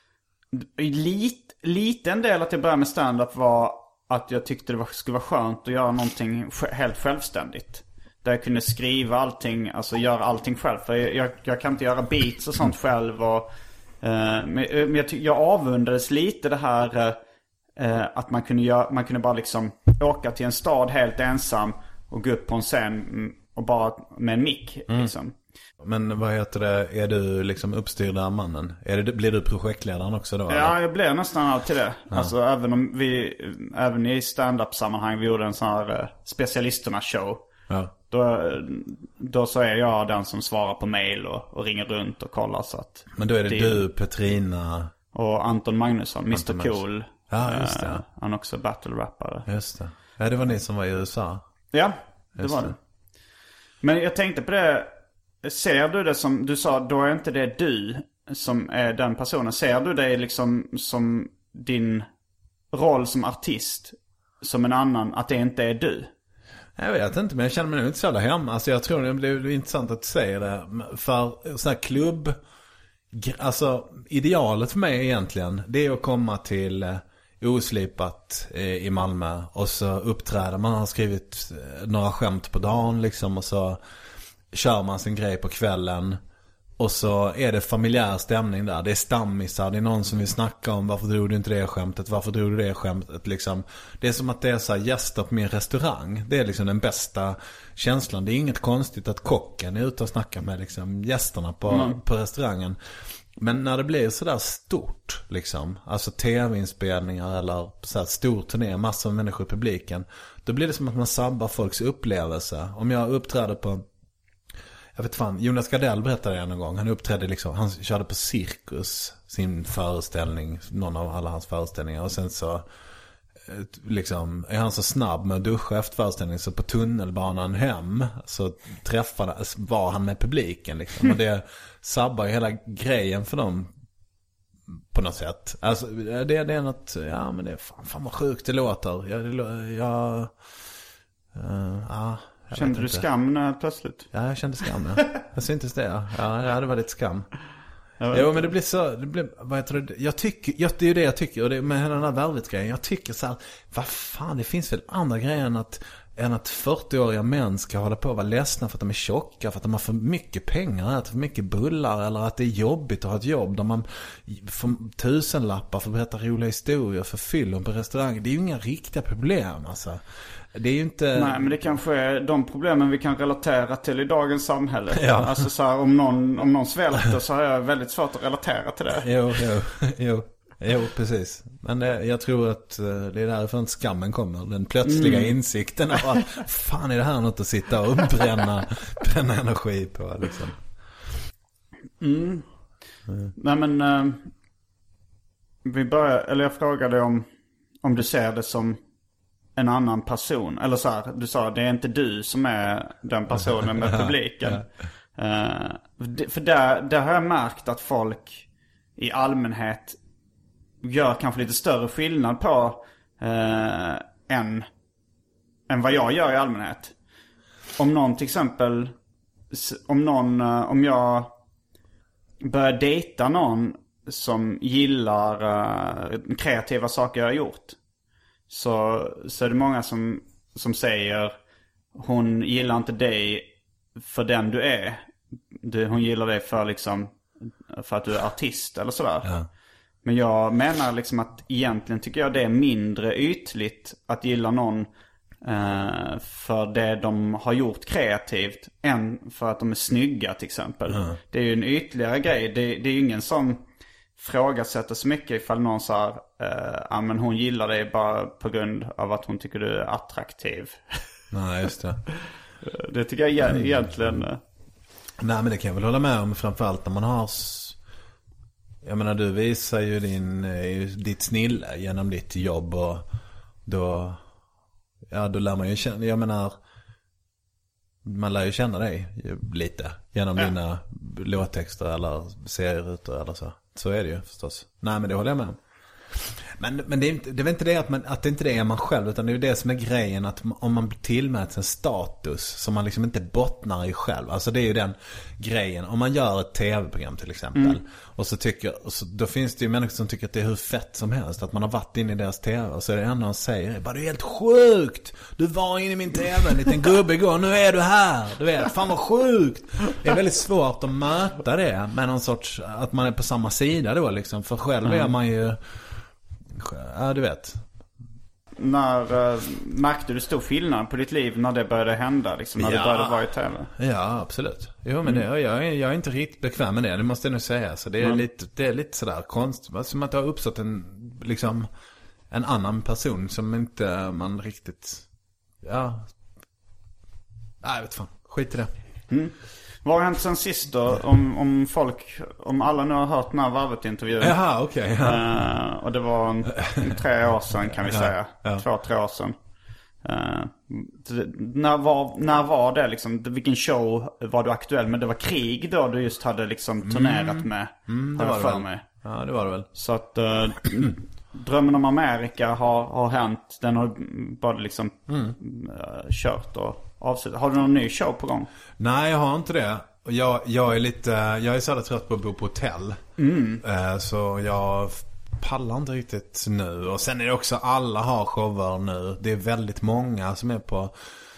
Lit, liten del att jag började med stand-up var att jag tyckte det var, skulle vara skönt att göra någonting helt självständigt. Där jag kunde skriva allting, alltså göra allting själv. För jag, jag, jag kan inte göra beats och sånt själv. Och, eh, men men jag, jag avundades lite det här... Eh, Uh, att man kunde, göra, man kunde bara liksom åka till en stad helt ensam och gå upp på en scen och bara med en mick mm. liksom. Men vad heter det, är du liksom uppstyrda mannen? Är det, blir du projektledaren också då? Ja, eller? Jag blir nästan alltid det. Ja. Alltså även om vi, även i stand-up sammanhang vi gjorde en sån här uh, specialisterna show. Ja. Då, då så är jag den som svarar på mail och, och ringer runt och kollar så att... Men då är det, det du, Petrina... Och Anton Magnusson, mister Cool. Ja, just det. Uh, han är också battle-rappare. Just det. Ja, det var ni som var i U S A. Ja, det just var det. det. Men jag tänkte på det. Ser du det som, du sa, då är inte det du som är den personen. Ser du det liksom som din roll som artist som en annan, att det inte är du? Jag vet inte, men jag känner mig nog inte så hemma. Alltså jag tror det blir intressant att säga det. För sån här klubb... Alltså, idealet för mig egentligen, det är att komma till... oslipat i Malmö och så uppträder man, har skrivit några skämt på dagen liksom, och så kör man sin grej på kvällen och så är det familjär stämning där, det är stammisar, det är någon som vill snacka om varför drog du inte det skämtet, varför drog du det skämtet liksom. Det är som att det är så här gäster på min restaurang, det är liksom den bästa känslan. Det är inget konstigt att kocken är ute och snackar med liksom gästerna på, mm. på restaurangen. Men när det blir sådär stort liksom, alltså tv-inspelningar eller så här stor turné, massor av människor i publiken, då blir det som att man sabbar folks upplevelse. Om jag uppträder på, jag vet fan, Jonas Gardell berättade det någon gång, han uppträdde liksom, han körde på Cirkus sin föreställning, någon av alla hans föreställningar, och sen så liksom är han så snabb med att duscha efter föreställningen, så på tunnelbanan hem så träffade, var han med publiken liksom, och det sabbar ju hela grejen för dem på något sätt. Alltså det, det är något, ja men det är fan, fan vad sjukt det låter. Jag, jag uh, ja, jag kände du skam när plötsligt? Ja, jag kände skam. Ja. Jag syntes det. Ja, ja det var lite skam. Jo, men det blir så, det blir, vad heter det, jag tycker, jag, det är ju det jag tycker, och det med hela den här värvet-grejen, jag tycker så här, vad fan, det finns väl andra grejer än att, än att fyrtioåriga män ska hålla på att vara ledsna för att de är tjocka, för att de har för mycket pengar, äter för mycket bullar, eller att det är jobbigt att ha ett jobb där man får tusenlappar för att berätta roliga historier för fyllon på restaurang. Det är ju inga riktiga problem alltså. Det är ju inte... Nej, men det kanske är de problemen vi kan relatera till i dagens samhälle. Ja. Alltså så här, om någon, om någon svälter så har jag väldigt svårt att relatera till det. Jo, jo, jo. Jo, precis. Men det, jag tror att det är därifrån skammen kommer. Den plötsliga mm. insikten av att fan är det här något att sitta och bränna, bränna energi på liksom. Mm. Mm. Nej men uh, vi börjar, eller jag frågade om om du ser det som en annan person, eller så här, du sa det är inte du som är den personen med publiken. uh, för där, där har jag märkt att folk i allmänhet gör kanske lite större skillnad på uh, en än vad jag gör i allmänhet. Om någon till exempel, om någon, om jag börjar dejta någon som gillar uh, kreativa saker jag har gjort, så, så är det många som, som säger hon gillar inte dig för den du är. Du, hon gillar dig för liksom för att du är artist eller sådär. Ja. Men jag menar liksom att egentligen tycker jag det är mindre ytligt att gilla någon uh, för det de har gjort kreativt än för att de är snygga till exempel. Mm. Det är ju en ytligare grej. Det, det är ju ingen som frågasätter så mycket ifall någon sa uh, ja men hon gillar dig bara på grund av att hon tycker du är attraktiv. Nej, just det. Det tycker jag egentligen... Uh... Nej, men det kan jag väl hålla med om, framförallt när man har... Jag menar, du visar ju din, ditt snille genom ditt jobb och då, ja, då lär man ju känna, jag menar, man lär ju känna dig lite genom ja. dina låttexter eller serierutor eller så. Så är det ju förstås. Nej, men det håller jag med om. Men, men det är inte, det är väl inte det att, man, att det inte det är man själv, utan det är ju det som är grejen, att om man tillmäts en status som man liksom inte bottnar i själv. Alltså det är ju den grejen. Om man gör ett tv-program till exempel mm. och så tycker, och så, då finns det ju människor som tycker att det är hur fett som helst, att man har varit inne i deras tv, och så är det enda de säger bara, du är helt sjukt, du var inne i min tv, en liten gubbe igår, nu är du här, du vet, fan vad sjukt. Det är väldigt svårt att möta det med någon sorts, att man är på samma sida då liksom, för själv mm. är man ju, ja, du vet. När uh, märkte du stor skillnad på ditt liv när det började hända liksom, när ja. du började vara i tv? Ja, absolut. Jo, men mm. det, jag, är, jag är inte riktigt bekväm med det, det måste jag nog säga. Så det är, mm. lite, det är lite sådär konstigt, som att det har uppstått en, liksom, en annan person som inte man riktigt, ja, nej, jag vet fan, skit i det. Mm. Vad har hänt sen sist då? Om, om folk, om alla nu har hört den här Varvet-intervjun. Jaha, okej. Okay, ja. uh, och det var en, en tre år sedan kan vi säga. Ja, ja. Två, tre år sedan. Uh, när, var, när var det liksom? Vilken show var du aktuell med? Det var Krig då du just hade liksom turnerat mm. med. Mm, det var det väl. Mig. Ja, det var det väl. Så att uh, Drömmen om Amerika har, har hänt. Den har bara liksom mm. uh, kört och avslutat. Har du någon ny show på gång? Nej, jag har inte det. Jag, jag är lite, jag är så jävla trött på att bo på hotell. Mm. Uh, så jag pallar inte riktigt nu. Och sen är det också, alla har shower nu. Det är väldigt många som är på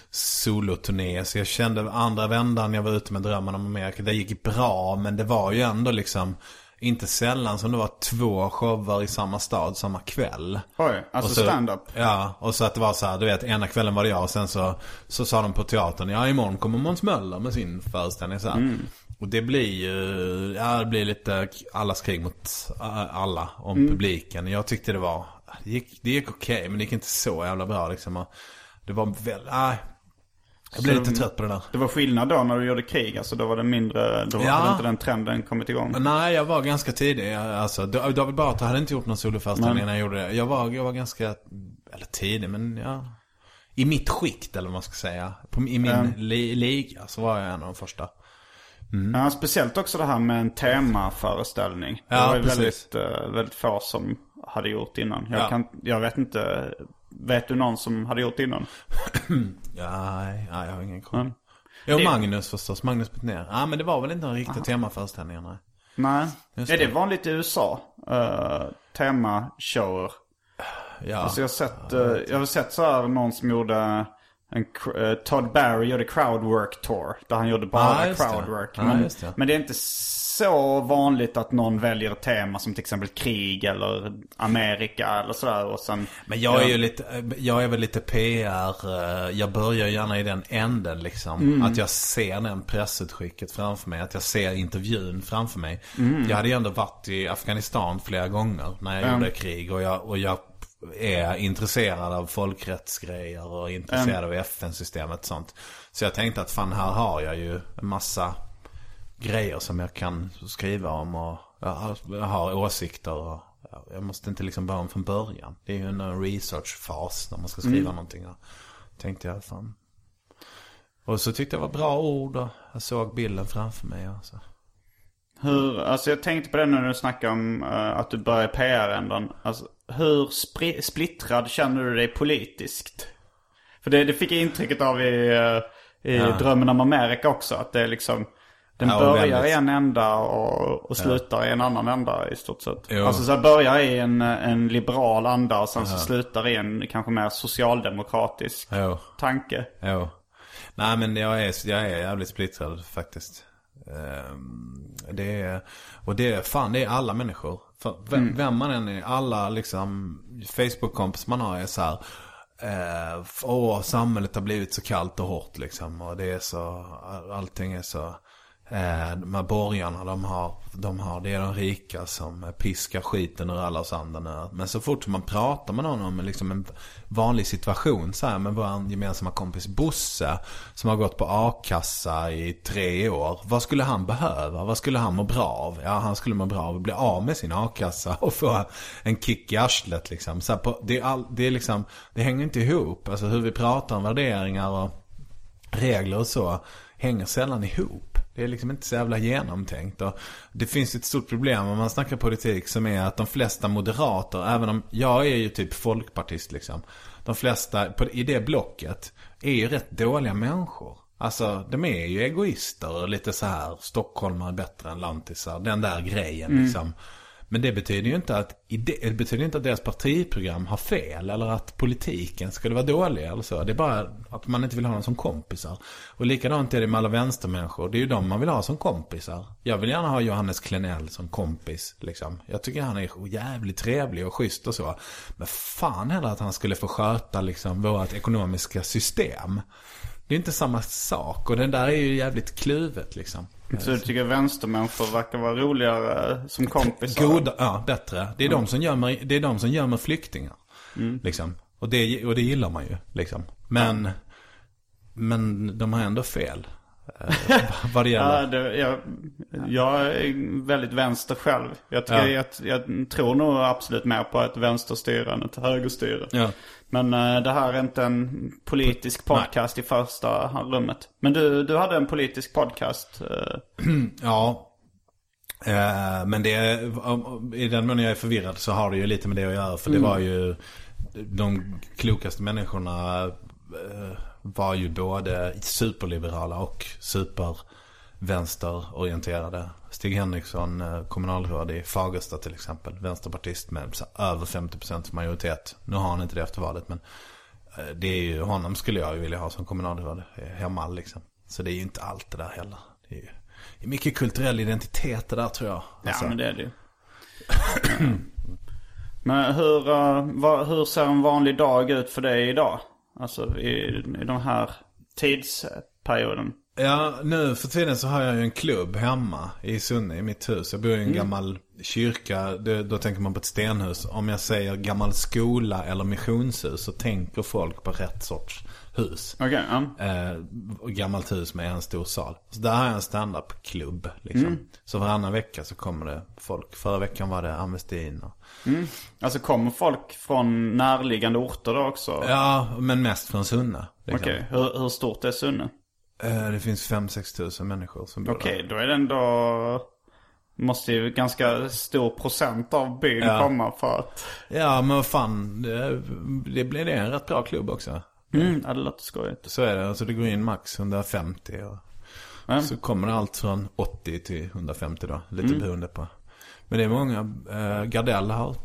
soloturné. Så jag kände andra vändan jag var ute med Drömmen om Amerika, det gick bra, men det var ju ändå liksom inte sällan som det var två shower i samma stad samma kväll. Oj, alltså så, stand-up. Ja, och så att det var så här, du vet, ena kvällen var det jag och sen så, så sa de på teatern, ja, imorgon kommer Måns Möller med sin föreställning så här. Mm. Och det blir ju, ja, det blir lite allas krig mot alla om mm. publiken. Jag tyckte det var, det gick, det gick okej, okay, men det gick inte så jävla bra liksom. Det var väl, nej. Jag blev lite trött på det där. Det var skillnad då när du gjorde Krig, alltså då var det mindre, då ja. var inte den trenden kommit igång. Nej, jag var ganska tidig, alltså David Batra hade inte gjort någon soloföreställning när jag gjorde det. Jag var, jag var ganska, eller tidig, men ja, i mitt skikt eller vad man ska säga, på, i min mm. li, liga så var jag en av de första. Mm. Ja, speciellt också det här med en temaföreställning. Det ja, var ju precis. väldigt, väldigt få som hade gjort innan. Jag, ja. kan, jag vet inte, vet du någon som hade gjort innan? ja, nej, jag har ingen koll. Mm. Jo, det... Magnus förstås, Magnus Bettner. Ja, men det var väl inte en riktig temaföreställning, nej. Nej, är det. det vanligt i U S A? Uh, temashower? Ja. Alltså jag har sett, uh, jag har sett så här någon som gjorde... En, uh, Todd Barry gjorde Crowdwork Tour där han gjorde bara ah, crowdwork. Men, ah, det. men det är inte så vanligt att någon väljer ett tema som till exempel krig eller Amerika eller sådär och sen, men jag är ju lite, jag är väl lite P R. Jag börjar gärna i den änden liksom, mm. att jag ser den pressutskicket framför mig, att jag ser intervjun framför mig. Mm. Jag hade ju ändå varit i Afghanistan flera gånger när jag mm. gjorde krig och jag, och jag är intresserad av folkrättsgrejer och intresserad mm. av F N-systemet och sånt. Så jag tänkte att fan, här har jag ju en massa grejer som jag kan skriva om och jag har åsikter och jag måste inte liksom börja om från början. Det är ju en researchfas när man ska skriva mm. någonting. Och tänkte jag fan. Och så tyckte jag det var bra ord och jag såg bilden framför mig. Alltså. Hur, alltså jag tänkte på det när du snackade om uh, att du börjar P R-ändan. Alltså, hur spri- splittrad känner du dig politiskt? För det, det fick jag intrycket av i, i ja. Drömmen om Amerika också. Att det är liksom, den ja, börjar väldigt... i en ända och, och slutar ja. i en annan ända i stort sett. Jo. Alltså så här börjar i en, en liberal anda och sen ja. så slutar i en kanske mer socialdemokratisk jo. tanke. Jo. Nej, men jag är, jag är jävligt splittrad faktiskt. Um, det är, och det är fan, det är alla människor. För vem, mm. vem man än är, alla liksom Facebook-kompis man har är så här. Uh, åh, samhället har blivit så kallt och hårt liksom. Och det är så, allting är så. Eh, de här borgarna, de har, de har, det är de rika som piskar skiten ur alla oss andra nu. Men så fort man pratar med någon om liksom en vanlig situation så här, med vår gemensamma kompis Bosse som har gått på A-kassa i tre år. Vad skulle han behöva? Vad skulle han må bra av? Ja, han skulle må bra av att bli av med sin A-kassa och få en kick i arslet liksom. Så här, på, det, är all, det är liksom, det hänger inte ihop. Alltså hur vi pratar om värderingar och regler och så hänger sällan ihop. Det är liksom inte så jävla genomtänkt. Och det finns ett stort problem om man snackar politik som är att de flesta moderater, även om jag är ju typ folkpartist liksom, de flesta på, i det blocket är ju rätt dåliga människor. Alltså de är ju egoister och lite så här stockholmare bättre än lantisar, den där grejen mm. liksom. Men det betyder ju inte att det betyder inte att deras partiprogram har fel eller att politiken skulle vara dålig eller så. Det är bara att man inte vill ha någon som kompisar. Och likadant är det med alla vänstermänniskor. Det är ju de man vill ha som kompisar. Jag vill gärna ha Johannes Klenell som kompis liksom. Jag tycker han är jävligt trevlig och schysst och så. Men fan heller att han skulle få sköta liksom vårt ekonomiska system. Det är inte samma sak och den där är ju jävligt kluvet liksom. Så du tycker vänstermänniskor verkar vara roligare som kompisar? Goda, ja, bättre. Det är, mm. de som gömmer, det är de som gömmer flyktingar. Mm. Liksom. Och, det, och det gillar man ju. Liksom. Men, mm. men de har ändå fel. Vad det gäller. Ja, det, jag, jag är väldigt vänster själv. Jag, tycker, ja. jag, jag tror nog absolut mer på ett vänsterstyre än ett högerstyre. Ja. Men uh, det här är inte en politisk podcast Nej. i första rummet. Men du, du hade en politisk podcast. Uh... ja. Uh, men det uh, i den mån jag är förvirrad så har det ju lite med det att göra. För mm. det var ju de klokaste människorna uh, var ju både superliberala och supervänsterorienterade. Stig Henriksson, kommunalråd i Fagersta till exempel, vänsterpartist med så över femtio procent majoritet. Nu har han inte det efter valet, men det är ju, honom skulle jag ju vilja ha som kommunalråd hemma liksom. Så det är ju inte allt det där heller. Det är ju det är mycket kulturell identitet det där, tror jag. Alltså. Ja, men det är det ju. Men hur, uh, vad, hur ser en vanlig dag ut för dig idag? Alltså i, i den här tidsperioden. Ja, nu för tiden så har jag ju en klubb hemma i Sunne, i mitt hus. Jag bor i en mm. gammal kyrka, det, då tänker man på ett stenhus. Om jag säger gammal skola eller missionshus så tänker folk på rätt sorts hus. Okay, um. eh, gammalt hus med en stor sal. Så där har jag en stand-up-klubb liksom. Mm. Så varannan vecka så kommer det folk. Förra veckan var det Amnestin och... Mm. Alltså kommer folk från närliggande orter då också? Ja, men mest från Sunne liksom. Okej, okay. hur, hur stort är Sunne? Eh, det finns fem sex tusen människor som bor där. Okej, okay, då är det ändå... Måste ju ganska stor procent av byn ja. komma för att... Ja, men vad fan, det, det blir det en rätt bra klubb också. Mm, ja, det låter skojigt. Så är det, alltså det går in max hundrafemtio och mm. så kommer det allt från åttio till hundrafemtio då, lite mm. beroende på. Men det är många, eh, Gardell har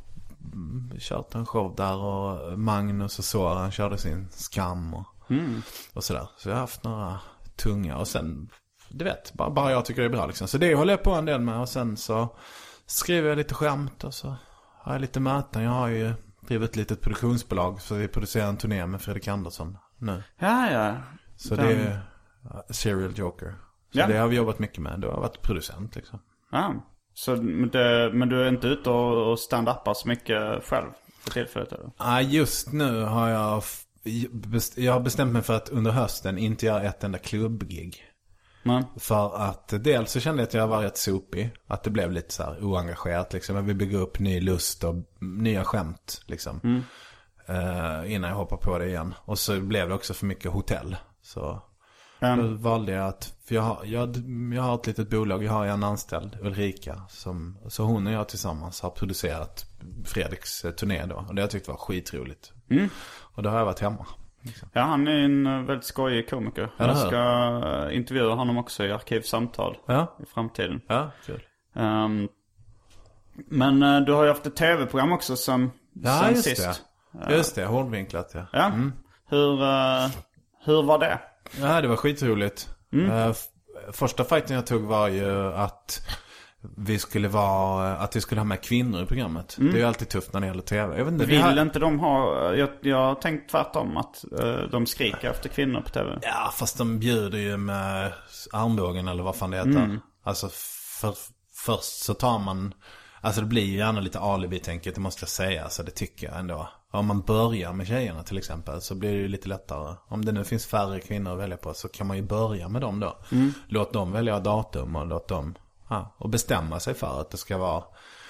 kört en show där och Magnus och så, han körde sin Skam och, mm. och sådär. Så jag har haft några tunga och sen, du vet, bara, bara jag tycker det är bra liksom. Så det håller jag på en del med och sen så skriver jag lite skämt och så har jag lite möten. Jag har ju drivit ett litet produktionsbolag så vi producerar en turné med Fredrik Andersson nu. Ja, ja. Så Den... det är uh, Serial Joker. Så ja. det har vi jobbat mycket med. Du har varit producent liksom. Ja, så det, men du är inte ute och stand-upar så mycket själv för tillfället eller? Ja, just nu har jag jag har bestämt mig för att under hösten inte göra ett enda klubbgig. Mm. För att dels så kände jag att jag var rätt sopig. Att det blev lite så här oengagerat liksom. Jag vill bygga upp ny lust och nya skämt liksom. Mm. uh, Innan jag hoppar på det igen. Och så blev det också för mycket hotell. Så mm. då valde jag att för jag har, jag, jag har ett litet bolag. Jag har en anställd, Ulrika som, så hon och jag tillsammans har producerat Fredriks turné då. Och det har jag tyckt var skitroligt. Mm. Och då har jag varit hemma. Liksom. Ja, han är en väldigt skojig komiker. Ja, jag ska intervjua honom också i Arkivsamtal ja. i framtiden. Ja, kul. Um, men uh, du har ju haft ett tv-program också som ja, sen just sist. Det. Just det, hårdvinklat, ja. Ja, mm. hur, uh, hur var det? Ja, det var skitroligt. Mm. Uh, f- första fighten jag tog var ju att vi skulle vara, att vi skulle ha med kvinnor i programmet. Mm. Det är ju alltid tufft när det gäller tv. Jag vet inte, Vill har... inte de ha, jag, jag har tänkt tvärtom att uh, de skriker efter kvinnor på tv. Ja, fast de bjuder ju med armbågen eller vad fan det heter. Mm. Alltså för, först så tar man, alltså det blir ju gärna lite alibi-tänket, det måste jag säga. Så det tycker jag ändå. Om man börjar med tjejerna till exempel så blir det ju lite lättare. Om det nu finns färre kvinnor att välja på så kan man ju börja med dem då. Mm. Låt dem välja datum och låt dem ja, och bestämma sig för att det ska vara.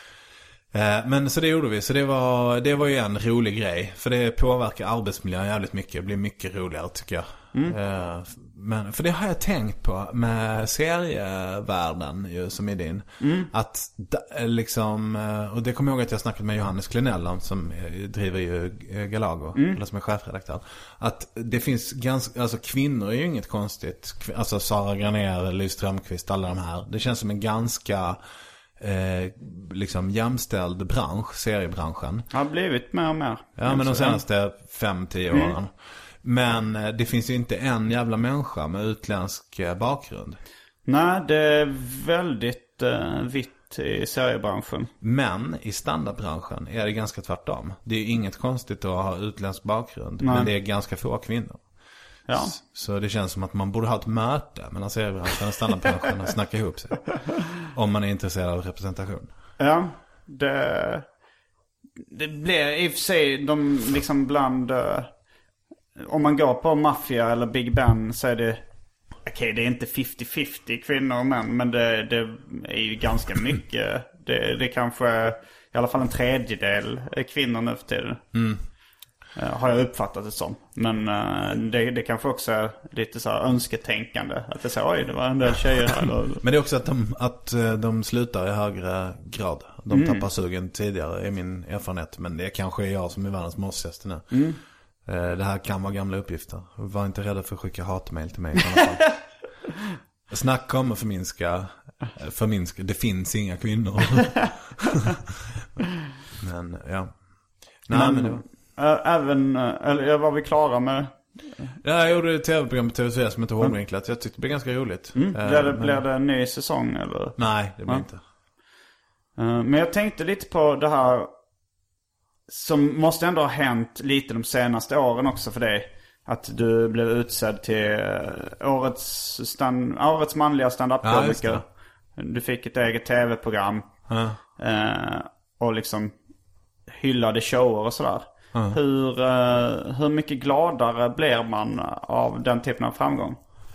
Eh, men så det gjorde vi. Så det var, det var ju en rolig grej. För det påverkar arbetsmiljön jävligt mycket. Det blir mycket roligare tycker jag. Mm. Eh, men, för det har jag tänkt på med serievärlden ju, som är din. Mm. Att liksom, och det kommer jag ihåg att jag snackat med Johannes Klenell om, som driver ju Galago, mm. eller som är chefredaktör. Att det finns ganska, alltså kvinnor är ju inget konstigt. Alltså Sara Granér, Liv Strömquist, alla de här. Det känns som en ganska Eh, liksom jämställd bransch, seriebranschen. Har blivit mer och mer. Ja, men de senaste fem, tio åren. Mm. Men eh, det finns ju inte en jävla människa med utländsk eh, bakgrund. Nej, det är väldigt eh, vitt i seriebranschen. Men i standardbranschen är det ganska tvärtom. Det är ju inget konstigt att ha utländsk bakgrund. Nej. Men det är ganska få kvinnor. Ja. Så det känns som att man borde ha ett möte mellan seriebranschen och standardbranschen och snacka ihop sig. Om man är intresserad av representation. Ja, det, det blir i och för sig de liksom bland, uh, om man går på Mafia eller Big Ben så är det, okej okay, det är inte fifty-fifty kvinnor och män, men det, det är ju ganska mycket. Det, det är kanske i alla fall en tredjedel kvinnor nu för tiden. Mm. Uh, har jag uppfattat det som. Men uh, det, det kanske också är lite så här önsketänkande. Att det så, oj, det var en del tjejer här. Men det är också att de, att de slutar i högre grad. De mm. tappar sugen tidigare, är min erfarenhet. Men det kanske är jag som är världens mossigaste nu. Mm. Uh, det här kan vara gamla uppgifter. Var inte rädda för att skicka hatmejl till mig i alla fall. Snacka om att förminska, förminska. Det finns inga kvinnor. Men ja. Nej, men, men det var... Även, eller var vi klara med? Ja, jag gjorde ett tv-program på T V C som heter Hårdvinklat. Jag tyckte det blev ganska roligt. Mm. Blir, det, men... blir det en ny säsong eller? Nej, det blir ja. inte. Men jag tänkte lite på det här som måste ändå ha hänt lite de senaste åren också för dig. Att du blev utsedd till årets, stand, årets manliga stand-up-komiker. Ja, du fick ett eget tv-program. Ja. Och liksom hyllade shower och sådär. Mm. Hur, uh, hur mycket gladare blir man av den typen av framgång?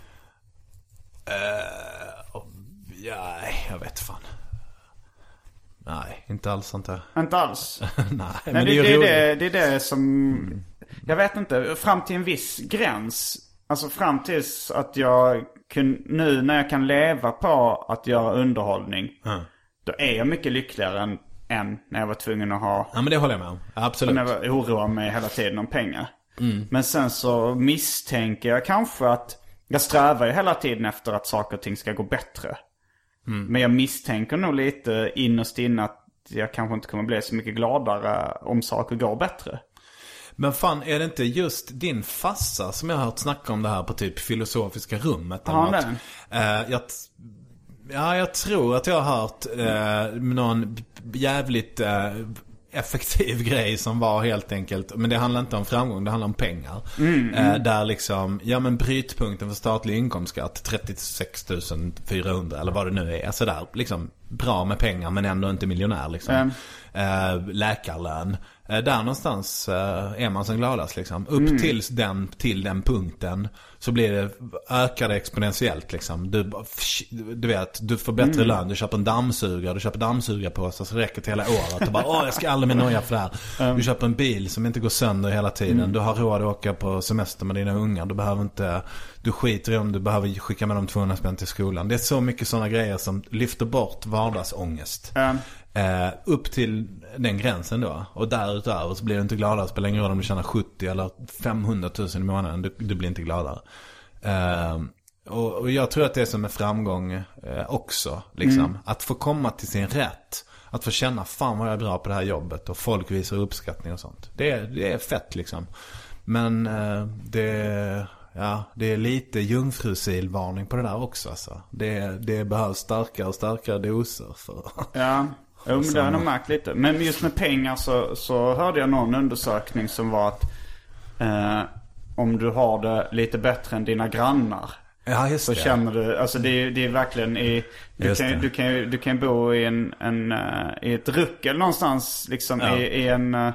Uh, ja, jag vet fan. Nej, inte alls sånt där. Inte alls? Nej, men, men det, det, är det, är det, det är det som... Mm. Jag vet inte, fram till en viss gräns. Alltså fram tills att jag kun, nu när jag kan leva på att göra underhållning. Mm. Då är jag mycket lyckligare än än när jag var tvungen att ha... Ja, men det håller jag med om. Absolut. När jag oroade mig hela tiden om pengar. Mm. Men sen så misstänker jag kanske att... Jag strävar ju hela tiden efter att saker och ting ska gå bättre. Mm. Men jag misstänker nog lite innerst inne att jag kanske inte kommer bli så mycket gladare om saker går bättre. Men fan, är det inte just din farsa som jag har hört snacka om det här på typ filosofiska rummet? Ja, det är uh, jag... Ja, jag tror att jag har hört eh, någon jävligt eh, effektiv grej som var helt enkelt, men det handlar inte om framgång, det handlar om pengar. Mm, eh, mm. Där liksom, ja men brytpunkten för statlig inkomstskatt trettiosex tusen fyrahundra eller vad det nu är. Alltså där, liksom bra med pengar men ändå inte miljonär liksom. Mm. Eh, läkarlön. Eh, där någonstans eh, är man som gladast liksom. Upp mm. tills den, till den punkten så blir det, ökar det exponentiellt liksom. Du, du vet, du får bättre mm. lön, du köper en dammsugare, du köper dammsugare på så det räcker till hela året. Och bara, åh jag ska aldrig mer nöja för det här. Mm. Du köper en bil som inte går sönder hela tiden. Mm. Du har råd att åka på semester med dina ungar. Du behöver inte, Du skiter i om du behöver skicka med dem tvåhundra spänn till skolan. Det är så mycket sådana grejer som lyfter bort vardagsångest. Mm. Eh, upp till den gränsen då. Och därutöver så blir du inte gladare. Spelar ingen roll om du tjänar sjuttio eller femhundratusen i månaden. Du, du blir inte gladare. Eh, och, och jag tror att det är som en framgång eh, också. Liksom. Mm. Att få komma till sin rätt. Att få känna, fan vad jag är bra på det här jobbet. Och folk visar uppskattning och sånt. Det är, det är fett liksom. Men eh, det, ja, det är lite jungfrusilvarning på det där också. Alltså. Det, det behövs starkare och starkare doser för... Ja, jo, men det har jag nog märkt lite. Men just med pengar så, så hörde jag någon undersökning som var att eh, om du har det lite bättre än dina grannar. Ja, just så det. känner du, alltså det är, det är verkligen i, du, kan, du, kan, du kan bo i en, en uh, i ett ruckel någonstans liksom, ja. i, i en uh,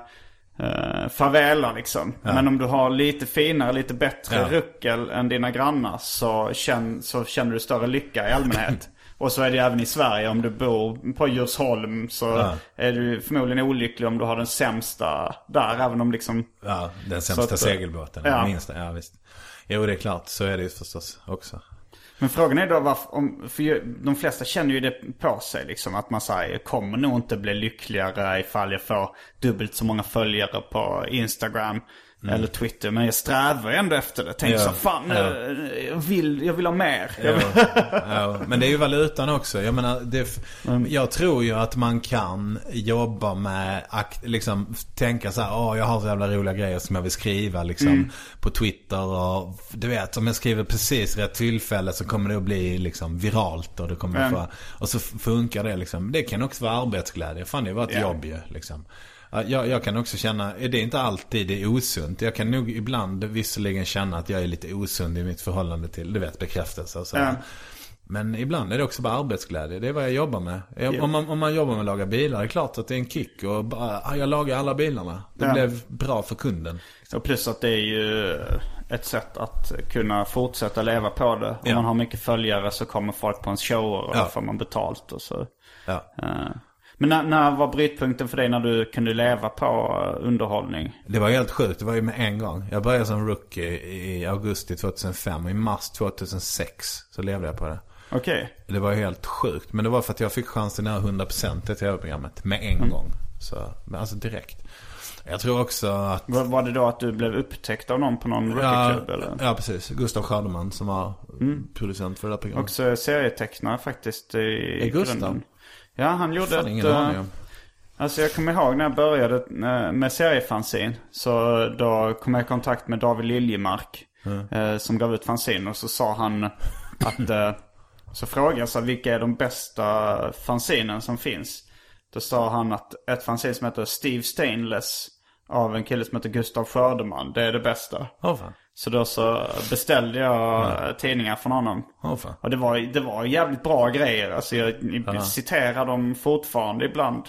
favela liksom. Ja. Men om du har lite finare, lite bättre ja. ruckel än dina grannar så, känn, så känner du större lycka i allmänhet. Och så är det även i Sverige. Om du bor på Djursholm så ja. är du förmodligen olycklig om du har den sämsta där. Även om liksom... Ja, den sämsta att, segelbåten. Ja. Minsta, ja, visst. Jo, det är klart. Så är det ju förstås också. Men frågan är då varför... Om, för de flesta känner ju det på sig liksom. Att man säger, jag kommer nog inte bli lyckligare ifall jag får dubbelt så många följare på Instagram. Mm. Eller Twitter, men jag strävar ändå efter det. Tänk ja, så, fan, ja. jag, vill, jag vill ha mer. Ja, ja. Men det är ju valutan också. Jag menar, det, mm. jag tror ju att man kan jobba med, liksom, tänka så här, åh, jag har så jävla roliga grejer som jag vill skriva liksom, mm. på Twitter. Och du vet, om jag skriver precis rätt tillfälle så kommer det att bli liksom viralt. Och, det kommer mm. få, och så funkar det liksom. Det kan också vara arbetsglädje. Fan, det var ett yeah. jobb ju liksom. Jag, jag kan också känna, är det inte alltid det är osunt. Jag kan nog ibland visserligen känna att jag är lite osund i mitt förhållande till, du vet, bekräftelse och så. Ja. Men ibland är det också bara arbetsglädje. Det är vad jag jobbar med. Jag, ja. om, man, om man jobbar med att laga bilar, det är klart att det är en kick. Och bara, jag lagar alla bilarna. Det ja. blev bra för kunden. Och plus att det är ju ett sätt att kunna fortsätta leva på det. Om ja. man har mycket följare så kommer folk på ens shower och ja. då får man betalt och så. Ja. Uh. Men när, när var brytpunkten för dig när du kunde leva på underhållning? Det var helt sjukt, det var ju med en gång. Jag började som rookie i augusti tjugohundrafem och i mars tjugohundrasex så levde jag på det. Okej. Okay. Det var helt sjukt, men det var för att jag fick chansen nära hundra procent i tv-programmet med en mm. gång. Så, alltså direkt. Jag tror också att... Var, var det då att du blev upptäckt av någon på någon rookie-klubb? Ja, eller? Ja, precis. Gustav Scherdeman som var mm. producent för det där programmet. Också serietecknare faktiskt i, i Gustav? Grunden. Ja, han gjorde Fan, ett... Uh, alltså jag kommer ihåg när jag började med seriefanzin. Så då kom jag i kontakt med David Liljemark. Mm. Uh, som gav ut fanzin. Och så sa han att... Uh, så frågade jag så vilka är de bästa fanzinen som finns. Då sa han att ett fanzin som heter Steve Stainless av en kille som heter Gustav Scherdeman, det är det bästa. Oh, fan. Så då så beställde jag mm. tidningar från honom. Oh, fan. Och det var, det var jävligt bra grejer. Alltså jag mm. citerar dem fortfarande ibland.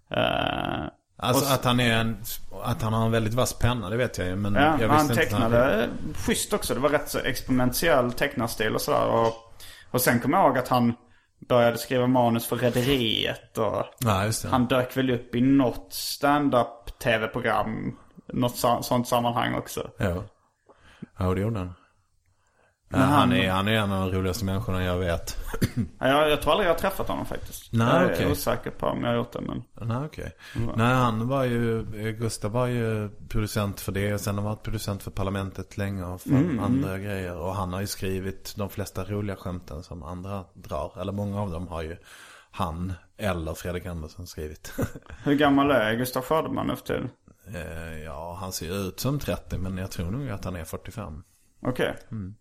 Uh, alltså så, att han är en, att han har en väldigt vass penna, det vet jag ju. Men ja, jag han tecknade han... schysst också. Det var rätt så exponentiell tecknarstil och sådär. Och, och sen kom jag ihåg att han började skriva manus för Rederiet. Och ja, just det. Han dök väl upp i något stand-up tv-program. Något så, sånt sammanhang också. Ja. Ja, det gjorde han. Ja, han, han, är, han är en av de roligaste människorna jag vet. Ja, jag, jag tror aldrig jag har träffat honom faktiskt. Nej, jag är okay. osäker på om jag har gjort det. Men... Nej, okej. Okay. Mm. Nej, han var ju... Gustav var ju producent för det. Och sen har han varit producent för Parlamentet länge och för mm, andra mm. grejer. Och han har ju skrivit de flesta roliga skämten som andra drar. Eller många av dem har ju han eller Fredrik Andersson skrivit. Hur gammal är Gustav Scherdeman efter? Eh, ja, han ser ju ut som trettio, men jag tror nog att han är fyrtiofem. Okej. Okay. Mm.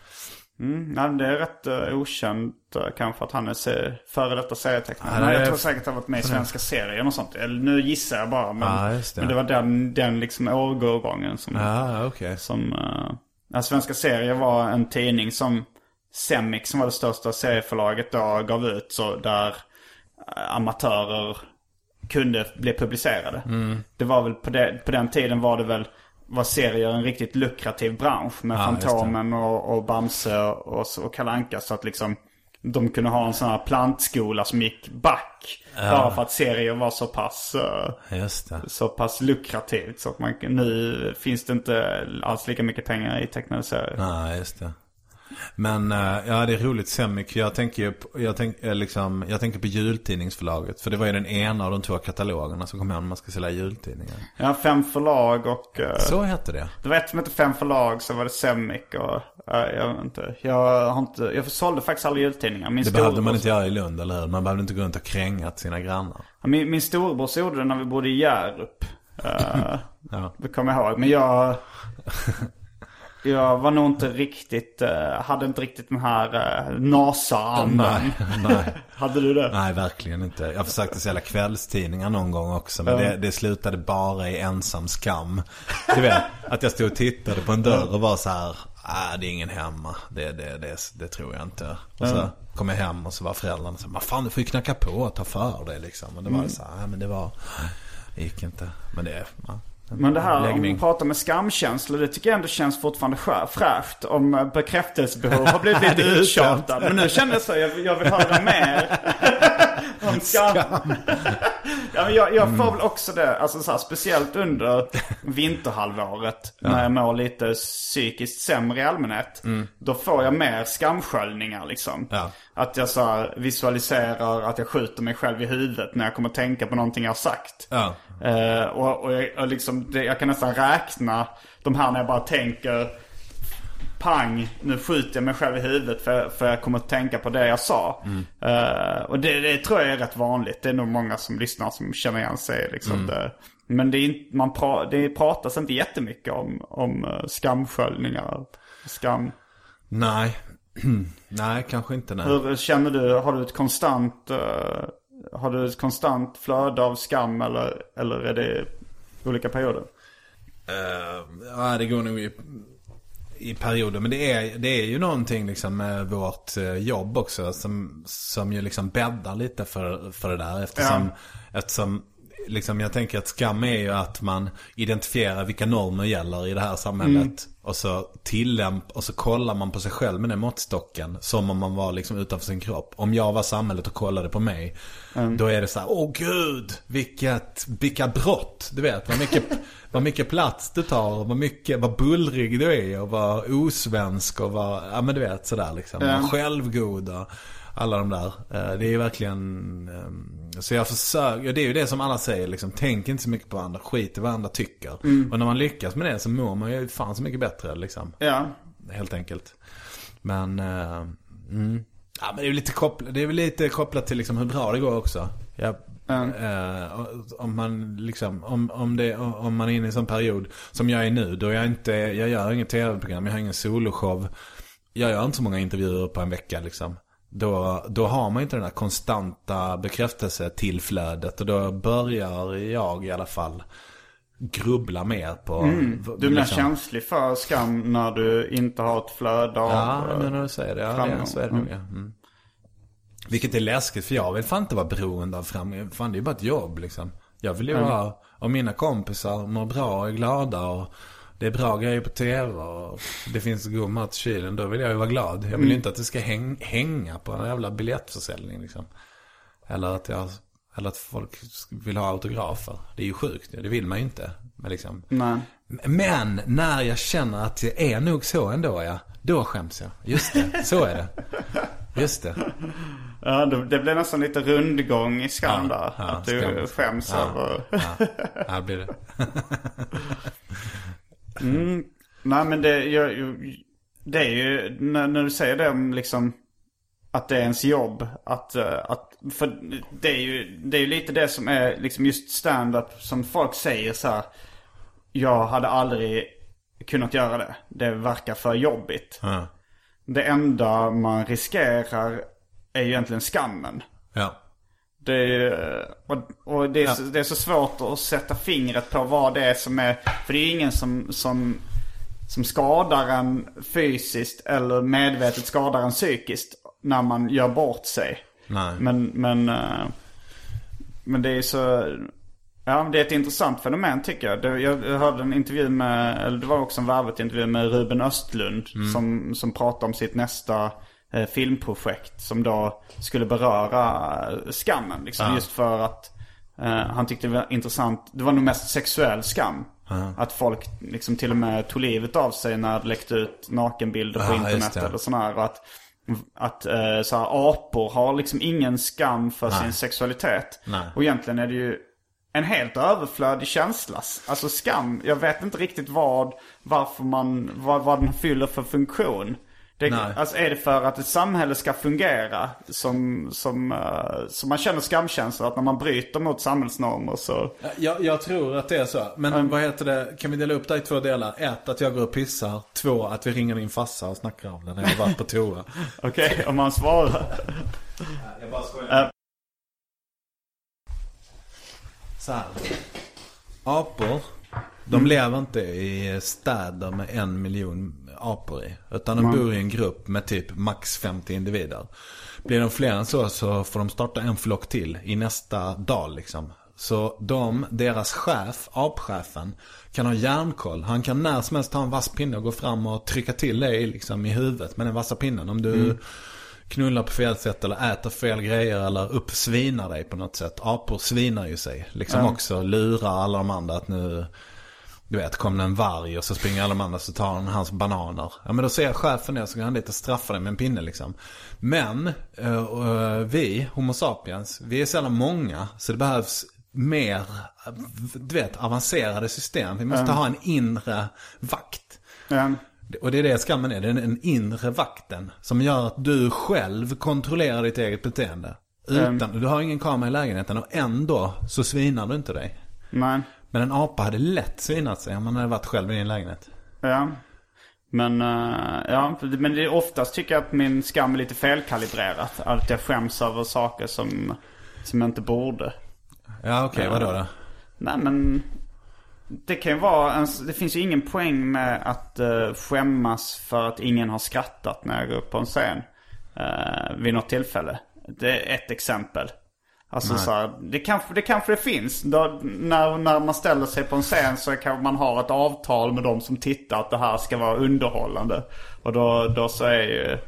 Mm, nej, det är rätt uh, okänt uh, kanske att han är se- före detta serietecknare. Men jag tror säkert att han har varit med i svenska serier och sånt. Eller nu gissar jag bara. Men, ah, det. men det var den, den liksom årgången som... Ah, okay. som uh, ja, svenska serier var en tidning som Semik, som var det största serieförlaget då, gav ut. Så där uh, amatörer kunde bli publicerade. Mm. Det var väl på, det, på den tiden var det väl... var serier en riktigt lukrativ bransch med ja, Fantomen och, och Bamse och, och Kalle Anka, så att liksom de kunde ha en sån här plantskola som gick back ja. bara för att serier var så pass uh, just det. så pass lukrativt, så att man, nu finns det inte alls lika mycket pengar i tecknade serier. Ja, just det. Men ja, det är roligt Semic. Jag tänker ju på, jag tänk, liksom, jag tänker på jultidningsförlaget. För det var ju den ena av de två katalogerna som kom hem när man ska sälja jultidningar. Ja, Fem förlag och... Så hette det. Det var ett som hette Fem förlag, så var det Semic och... Jag vet inte. Jag har inte... Jag sålde faktiskt alla jultidningar. Min det behövde man inte göra i Lund, eller hur? Man behövde inte gå runt och krängat sina grannar. Min, min storebror gjorde det när vi bodde i Hjärup. uh, ja. Det kommer jag ihåg. Men jag... Jag var nog inte riktigt, uh, hade inte riktigt den här uh, NASA-andan. Nej, nej. Hade du det? Nej, verkligen inte. Jag försökte sälja kvällstidningar någon gång också. Men mm. det, det slutade bara i ensam skam. Du vet, att jag stod och tittade på en dörr och var så här: nej, det är ingen hemma. Det, det, det, det tror jag inte. Och så mm. kom jag hem och så var föräldrarna så: vad fan, du får ju knacka på och ta för dig liksom. Och det var mm. så här, nej, men det var, det gick inte. Men det, ja. Men det här läggning. Om man pratar med skamkänslor, det tycker jag ändå känns fortfarande fräscht. Om bekräftelsebehov har blivit lite uttjatad. Men nu känner jag så, jag, jag vill höra mer om skam. skam. Ja, men jag, jag får mm. väl också det, alltså så här, speciellt under vinterhalvåret ja. När jag mår lite psykiskt sämre i allmänhet. Mm. Då får jag mer skamsköljningar liksom. Ja. Att jag så här, visualiserar att jag skjuter mig själv i huvudet när jag kommer att tänka på någonting jag har sagt. Ja. Uh, och, och, jag, och liksom, det, jag kan nästan räkna de här när jag bara tänker: pang, nu skjuter jag mig själv i huvudet för, för jag kommer att tänka på det jag sa. Mm. Uh, och det, det tror jag är rätt vanligt. Det är nog många som lyssnar som känner igen sig liksom. Mm. Det, men det, är inte, man pra, det pratas inte jättemycket om, om uh, skamsköljningar. Skam. Nej. Nej, kanske inte. Nej. Hur känner du? Har du ett konstant... Uh, Har du ett konstant flöde av skam eller, eller är det olika perioder? Uh, ja, det går nog i, i perioder. Men det är, det är ju någonting liksom med vårt jobb också som, som ju liksom bäddar lite för, för det där. Eftersom, ja. eftersom liksom, jag tänker att skam är ju att man identifierar vilka normer gäller i det här samhället. Mm. Och så tillämp och så kollar man på sig själv med den måttstocken som om man var liksom utanför sin kropp. Om jag var samhället och kollade på mig, mm. då är det så här: åh gud, vilket, vilka brott. Du vet, vad mycket, vad mycket plats du tar, vad mycket, vad bullrig du är och vad osvensk och vad, ja men du vet sådär liksom, mm. självgoda. Alla de där. Det är ju verkligen... Så jag försöker... Det är ju det som alla säger liksom, tänk inte så mycket på andra. Skit i vad andra tycker. Mm. Och när man lyckas med det så mår man ju fan så mycket bättre liksom. Ja. Helt enkelt. Men... Uh, mm. Ja, men det är ju lite kopplat, det är väl lite kopplat till liksom hur bra det går också. Jag, mm. uh, om man liksom... Om, om, det, om man är inne i en sån period som jag är nu, då är jag inte... Jag gör inget tv-program, jag har ingen soloshow. Jag gör inte så många intervjuer på en vecka liksom. Då, då har man inte den här konstanta bekräftelsetillflödet. Och då börjar jag i alla fall grubbla mer på... Mm. Du blir liksom känslig för skam när du inte har ett flöde av... Ja, men när du säger det, ja, det så är det nog, ja. Mm. Vilket är läskigt, för jag vill fan inte vara beroende av framgång. Fan, det är ju bara ett jobb liksom. Jag vill ju mm. vara... Och mina kompisar mår bra och är glada och... Det är bra grejer på tv och det finns god mat i kylen. Då vill jag ju vara glad. Jag vill mm. inte att det ska häng, hänga på en jävla biljettförsäljning liksom. Eller att, jag, eller att folk vill ha autografer. Det är ju sjukt, det vill man ju inte. Men, liksom. Nej. Men när jag känner att det är nog så ändå, ja, då skäms jag. Just det, så är det. Just det. Ja, det blir nästan lite rundgång i skam där. Ja, att du skam. skäms ja, över... Ja, här blir det. Mm. Nej, men det, jag, det är ju när, när du säger det om liksom att det är ens jobb att, att för det är ju det är ju lite det som är liksom just stand-up som folk säger så här: jag hade aldrig kunnat göra det. Det verkar för jobbigt. Mm. Det enda man riskerar är ju egentligen skammen. Ja. Det är, och, och det, är, ja. så, det är så svårt att sätta fingret på vad det är som är... För det är ingen som, som, som skadar en fysiskt eller medvetet skadar en psykiskt när man gör bort sig. Nej. Men, men, men det är så... Ja, det är ett intressant fenomen tycker jag. Det, jag hörde en intervju med... Eller det var också en varvet intervju med Ruben Östlund mm. som, som pratade om sitt nästa... filmprojekt som då skulle beröra skammen liksom, ja. Just för att uh, han tyckte det var intressant. Det var nog mest sexuell skam Uh-huh. Att folk liksom till och med tog livet av sig när det läckte ut nakenbilder på uh, internet eller sådär. Och att, att uh, så här, apor har liksom ingen skam för Nej. sin sexualitet. Nej. Och egentligen är det ju en helt överflödig känsla. Alltså skam, jag vet inte riktigt vad, varför man, vad, vad den fyller för funktion. Det, alltså är det för att ett samhälle ska fungera som, som, uh, som man känner skamkänslor, att när man bryter mot samhällsnormer så... Jag, jag tror att det är så. Men mm. vad heter det? Kan vi dela upp det i två delar? Ett, att jag går och pissar. Två, att vi ringer din farsa och snackar om det när jag har varit på toa. Okej, okay, om man svarar. Jag bara skojar. Uh. Så här. Apor, de mm. lever inte i städer med en miljon apor i. Utan de mm. bor i en grupp med typ max femtio individer. Blir de fler än så så får de starta en flock till i nästa dal liksom. Så de, deras chef, apchefen, kan ha järnkoll. Han kan när som helst ta en vass pinne och gå fram och trycka till dig liksom i huvudet med den vassa pinnen. Om du mm. knullar på fel sätt eller äter fel grejer eller uppsvinar dig på något sätt. Apor svinar ju sig. Liksom mm. också lurar alla de andra att nu... Du vet, kom det en varg och så springer alla de andra så tar han hans bananer. Ja, men då ser chefen det så kan han lite straffa det med en pinne liksom. Men uh, vi, Homo sapiens, vi är sällan många. Så det behövs mer, du vet, avancerade system. Vi måste mm. ha en inre vakt. Mm. Och det är det skammen är. Det är den inre vakten som gör att du själv kontrollerar ditt eget beteende. Utan, mm. du har ingen kamera i lägenheten och ändå så svinar du inte dig. Nej. Men en apa hade lätt svinat sig om man hade varit själv i din lägenhet. Ja. Men, uh, ja, men det är oftast tycker jag att min skam är lite felkalibrerat. Att jag skäms över saker som, som jag inte borde. Ja, okej. Okay, uh, vadå då? Nej, men det kan ju vara en, det finns ju ingen poäng med att uh, skämmas för att ingen har skrattat när jag går upp på en scen uh, vid något tillfälle. Det är ett exempel. Alltså så här, det kanske det kanske det finns då, när när man ställer sig på en scen så kan man ha ett avtal med de som tittar att det här ska vara underhållande och då då så är ju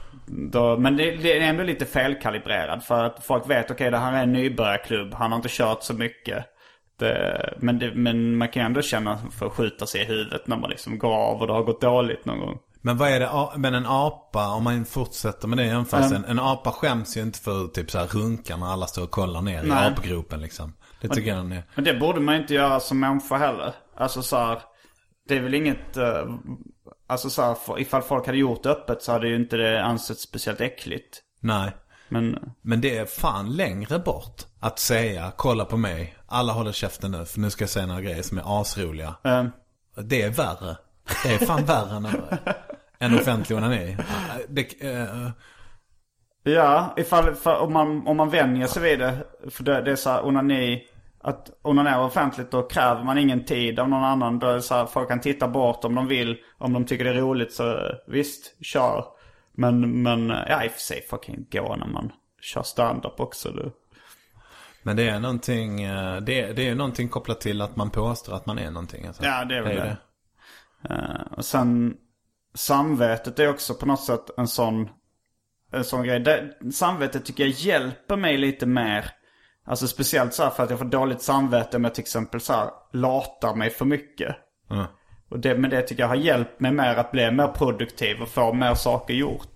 då, men det, det är ändå lite felkalibrerat för att folk vet okej okay, det här är en nybörjarklubb, han har inte kört så mycket. Det, men det, men man kan ändå känna för att skjuta sig i huvudet när man liksom går av och det har gått dåligt någon gång. Men vad är det, men en apa, om man fortsätter med det jämförelsen, mm. en apa skäms ju inte för typ så här runka när alla står och kollar ner Nej. i apgropen liksom. Det tycker jag är. Men det borde man inte göra som människa heller. Alltså så här, det är väl inget, uh, alltså så här, för, ifall folk hade gjort det öppet så hade ju inte det ansetts speciellt äckligt. Nej. Men, men det är fan längre bort att säga, kolla på mig, alla håller käften nu för nu ska jag säga några grejer som är asroliga. Mm. Det är värre. Det är fan värre än, än offentlig onani. Det, uh... Ja, ifall, för, om, man, om man vänjer sig vid det. För det, det är så här, onani, att onanera offentligt, då kräver man ingen tid av någon annan. Då är det så här, folk kan titta bort om de vill. Om de tycker det är roligt så visst, kör. Men, men ja, i och för sig fucking gå när man kör stand-up också. Du. Men det är någonting, det, det är någonting kopplat till att man påstår att man är någonting. Alltså. Ja, det är väl det. det. Uh, och sen samvetet är också på något sätt en sån en sån grej. Det, samvetet tycker jag hjälper mig lite mer. Alltså speciellt så här för att jag får dåligt samvete om jag till exempel så här latar mig för mycket. Mm. Och det, men det tycker jag har hjälpt mig mer att bli mer produktiv och få mer saker gjort.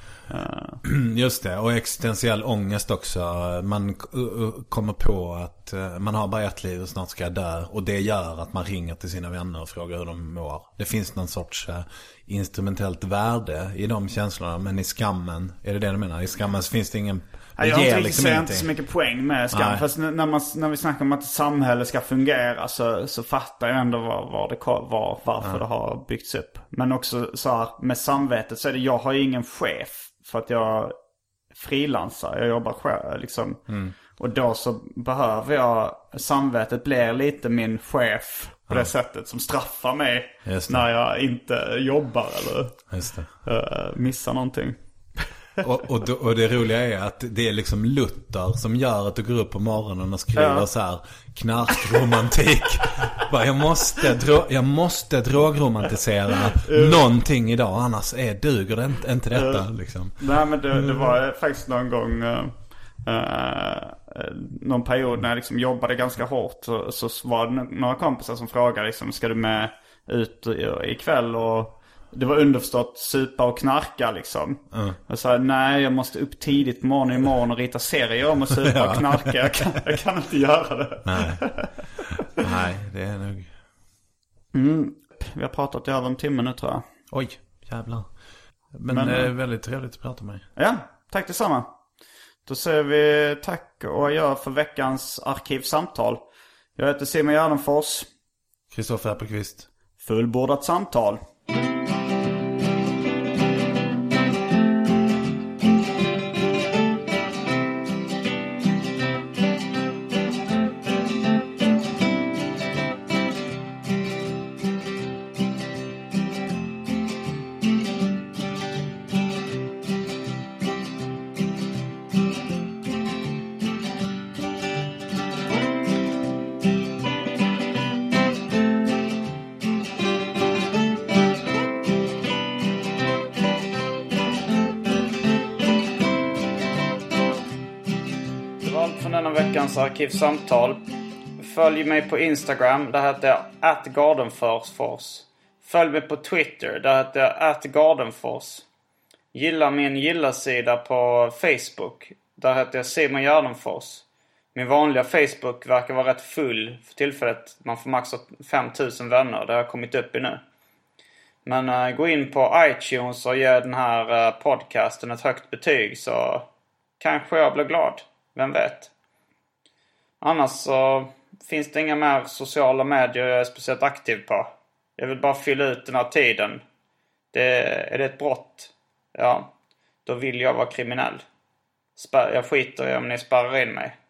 Uh. Just det, och existentiell ångest också. Man kommer på att man har bara ett liv och snart ska jag dö. Och det gör att man ringer till sina vänner och frågar hur de mår. Det finns någon sorts uh, instrumentellt värde i de känslorna. Men i skammen, är det det du menar? I skammen så finns det ingen... Det jag har inte liksom ser inte så mycket poäng med skam. Fast när, man, när vi snackar om att samhället ska fungera så, så fattar jag ändå var, var det, var, varför ja. det har byggts upp. Men också så här, med samvetet så är det, jag har ju ingen chef. För att jag frilansar, jag jobbar själv liksom. Mm. Och då så behöver jag, samvetet blir lite min chef på ja. det sättet som straffar mig när jag inte jobbar eller Just det. Uh, missar någonting. och, och, och det roliga är att det är liksom Luther som gör att du går upp på morgonen och skriver ja. så här knarkromantik. jag måste dro- jag måste drogromantisera uh. någonting idag, annars är duger det inte, inte detta uh. liksom. Nej, men det, det var faktiskt någon gång uh, uh, någon period när jag liksom jobbade ganska hårt så, så var det några kompisar som frågade liksom, ska du med ut ikväll? Och det var underförstått supa och knarka liksom. Mm. Jag sa nej, jag måste upp tidigt morgon imorgon och rita serier om att supa ja. och knarka. Jag kan, jag kan inte göra det. Nej, nej det är nog... Mm. Vi har pratat i över en timme nu tror jag. Oj, jävlar. Men, Men det är väldigt trevligt att prata med dig. Ja, tack detsamma. Då säger vi tack och jag för veckans arkivsamtal. Jag heter Simon Gärdenfors. Kristoffer Appelqvist. Fullbordat samtal. Veckans arkivsamtal. Följ mig på Instagram, där heter jag at gardenfors. Följ mig på Twitter, där heter jag at gardenfors. Gilla min gilla-sida på Facebook, där heter jag Simon Gärdenfors. Min vanliga Facebook verkar vara rätt full för tillfället. Man får max fem tusen vänner, det har jag kommit upp i nu. Men uh, gå in på iTunes och ge den här uh, podcasten ett högt betyg, så kanske jag blir glad. Vem vet? Annars så finns det inga mer sociala medier jag är speciellt aktiv på. Jag vill bara fylla ut den här tiden. Det, är det ett brott? Ja, då vill jag vara kriminell. Spär, jag skiter i om ni spärrar in mig.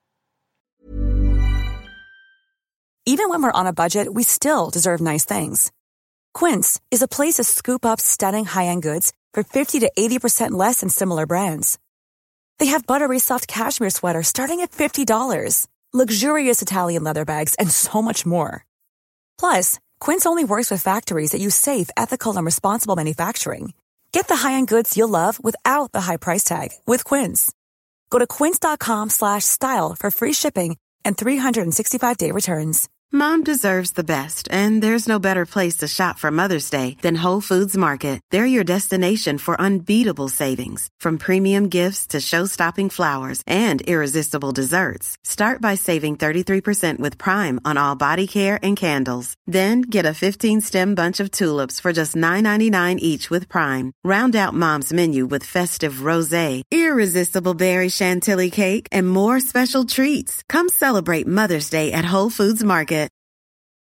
Even when we're on a budget, we still deserve nice things. Quince is a place to scoop up stunning high-end goods for fifty to eighty percent less than similar brands. They have buttery soft cashmere sweaters starting at fifty dollars, luxurious Italian leather bags, and so much more. Plus, Quince only works with factories that use safe, ethical, and responsible manufacturing. Get the high-end goods you'll love without the high price tag with Quince. Go to quince.com slash style for free shipping and three sixty-five day returns. Mom deserves the best, and there's no better place to shop for Mother's Day than Whole Foods Market. They're your destination for unbeatable savings, from premium gifts to show-stopping flowers and irresistible desserts. Start by saving thirty-three percent with Prime on all body care and candles. Then get a fifteen-stem bunch of tulips for just nine ninety-nine each with Prime. Round out Mom's menu with festive rosé, irresistible berry chantilly cake, and more special treats. Come celebrate Mother's Day at Whole Foods Market.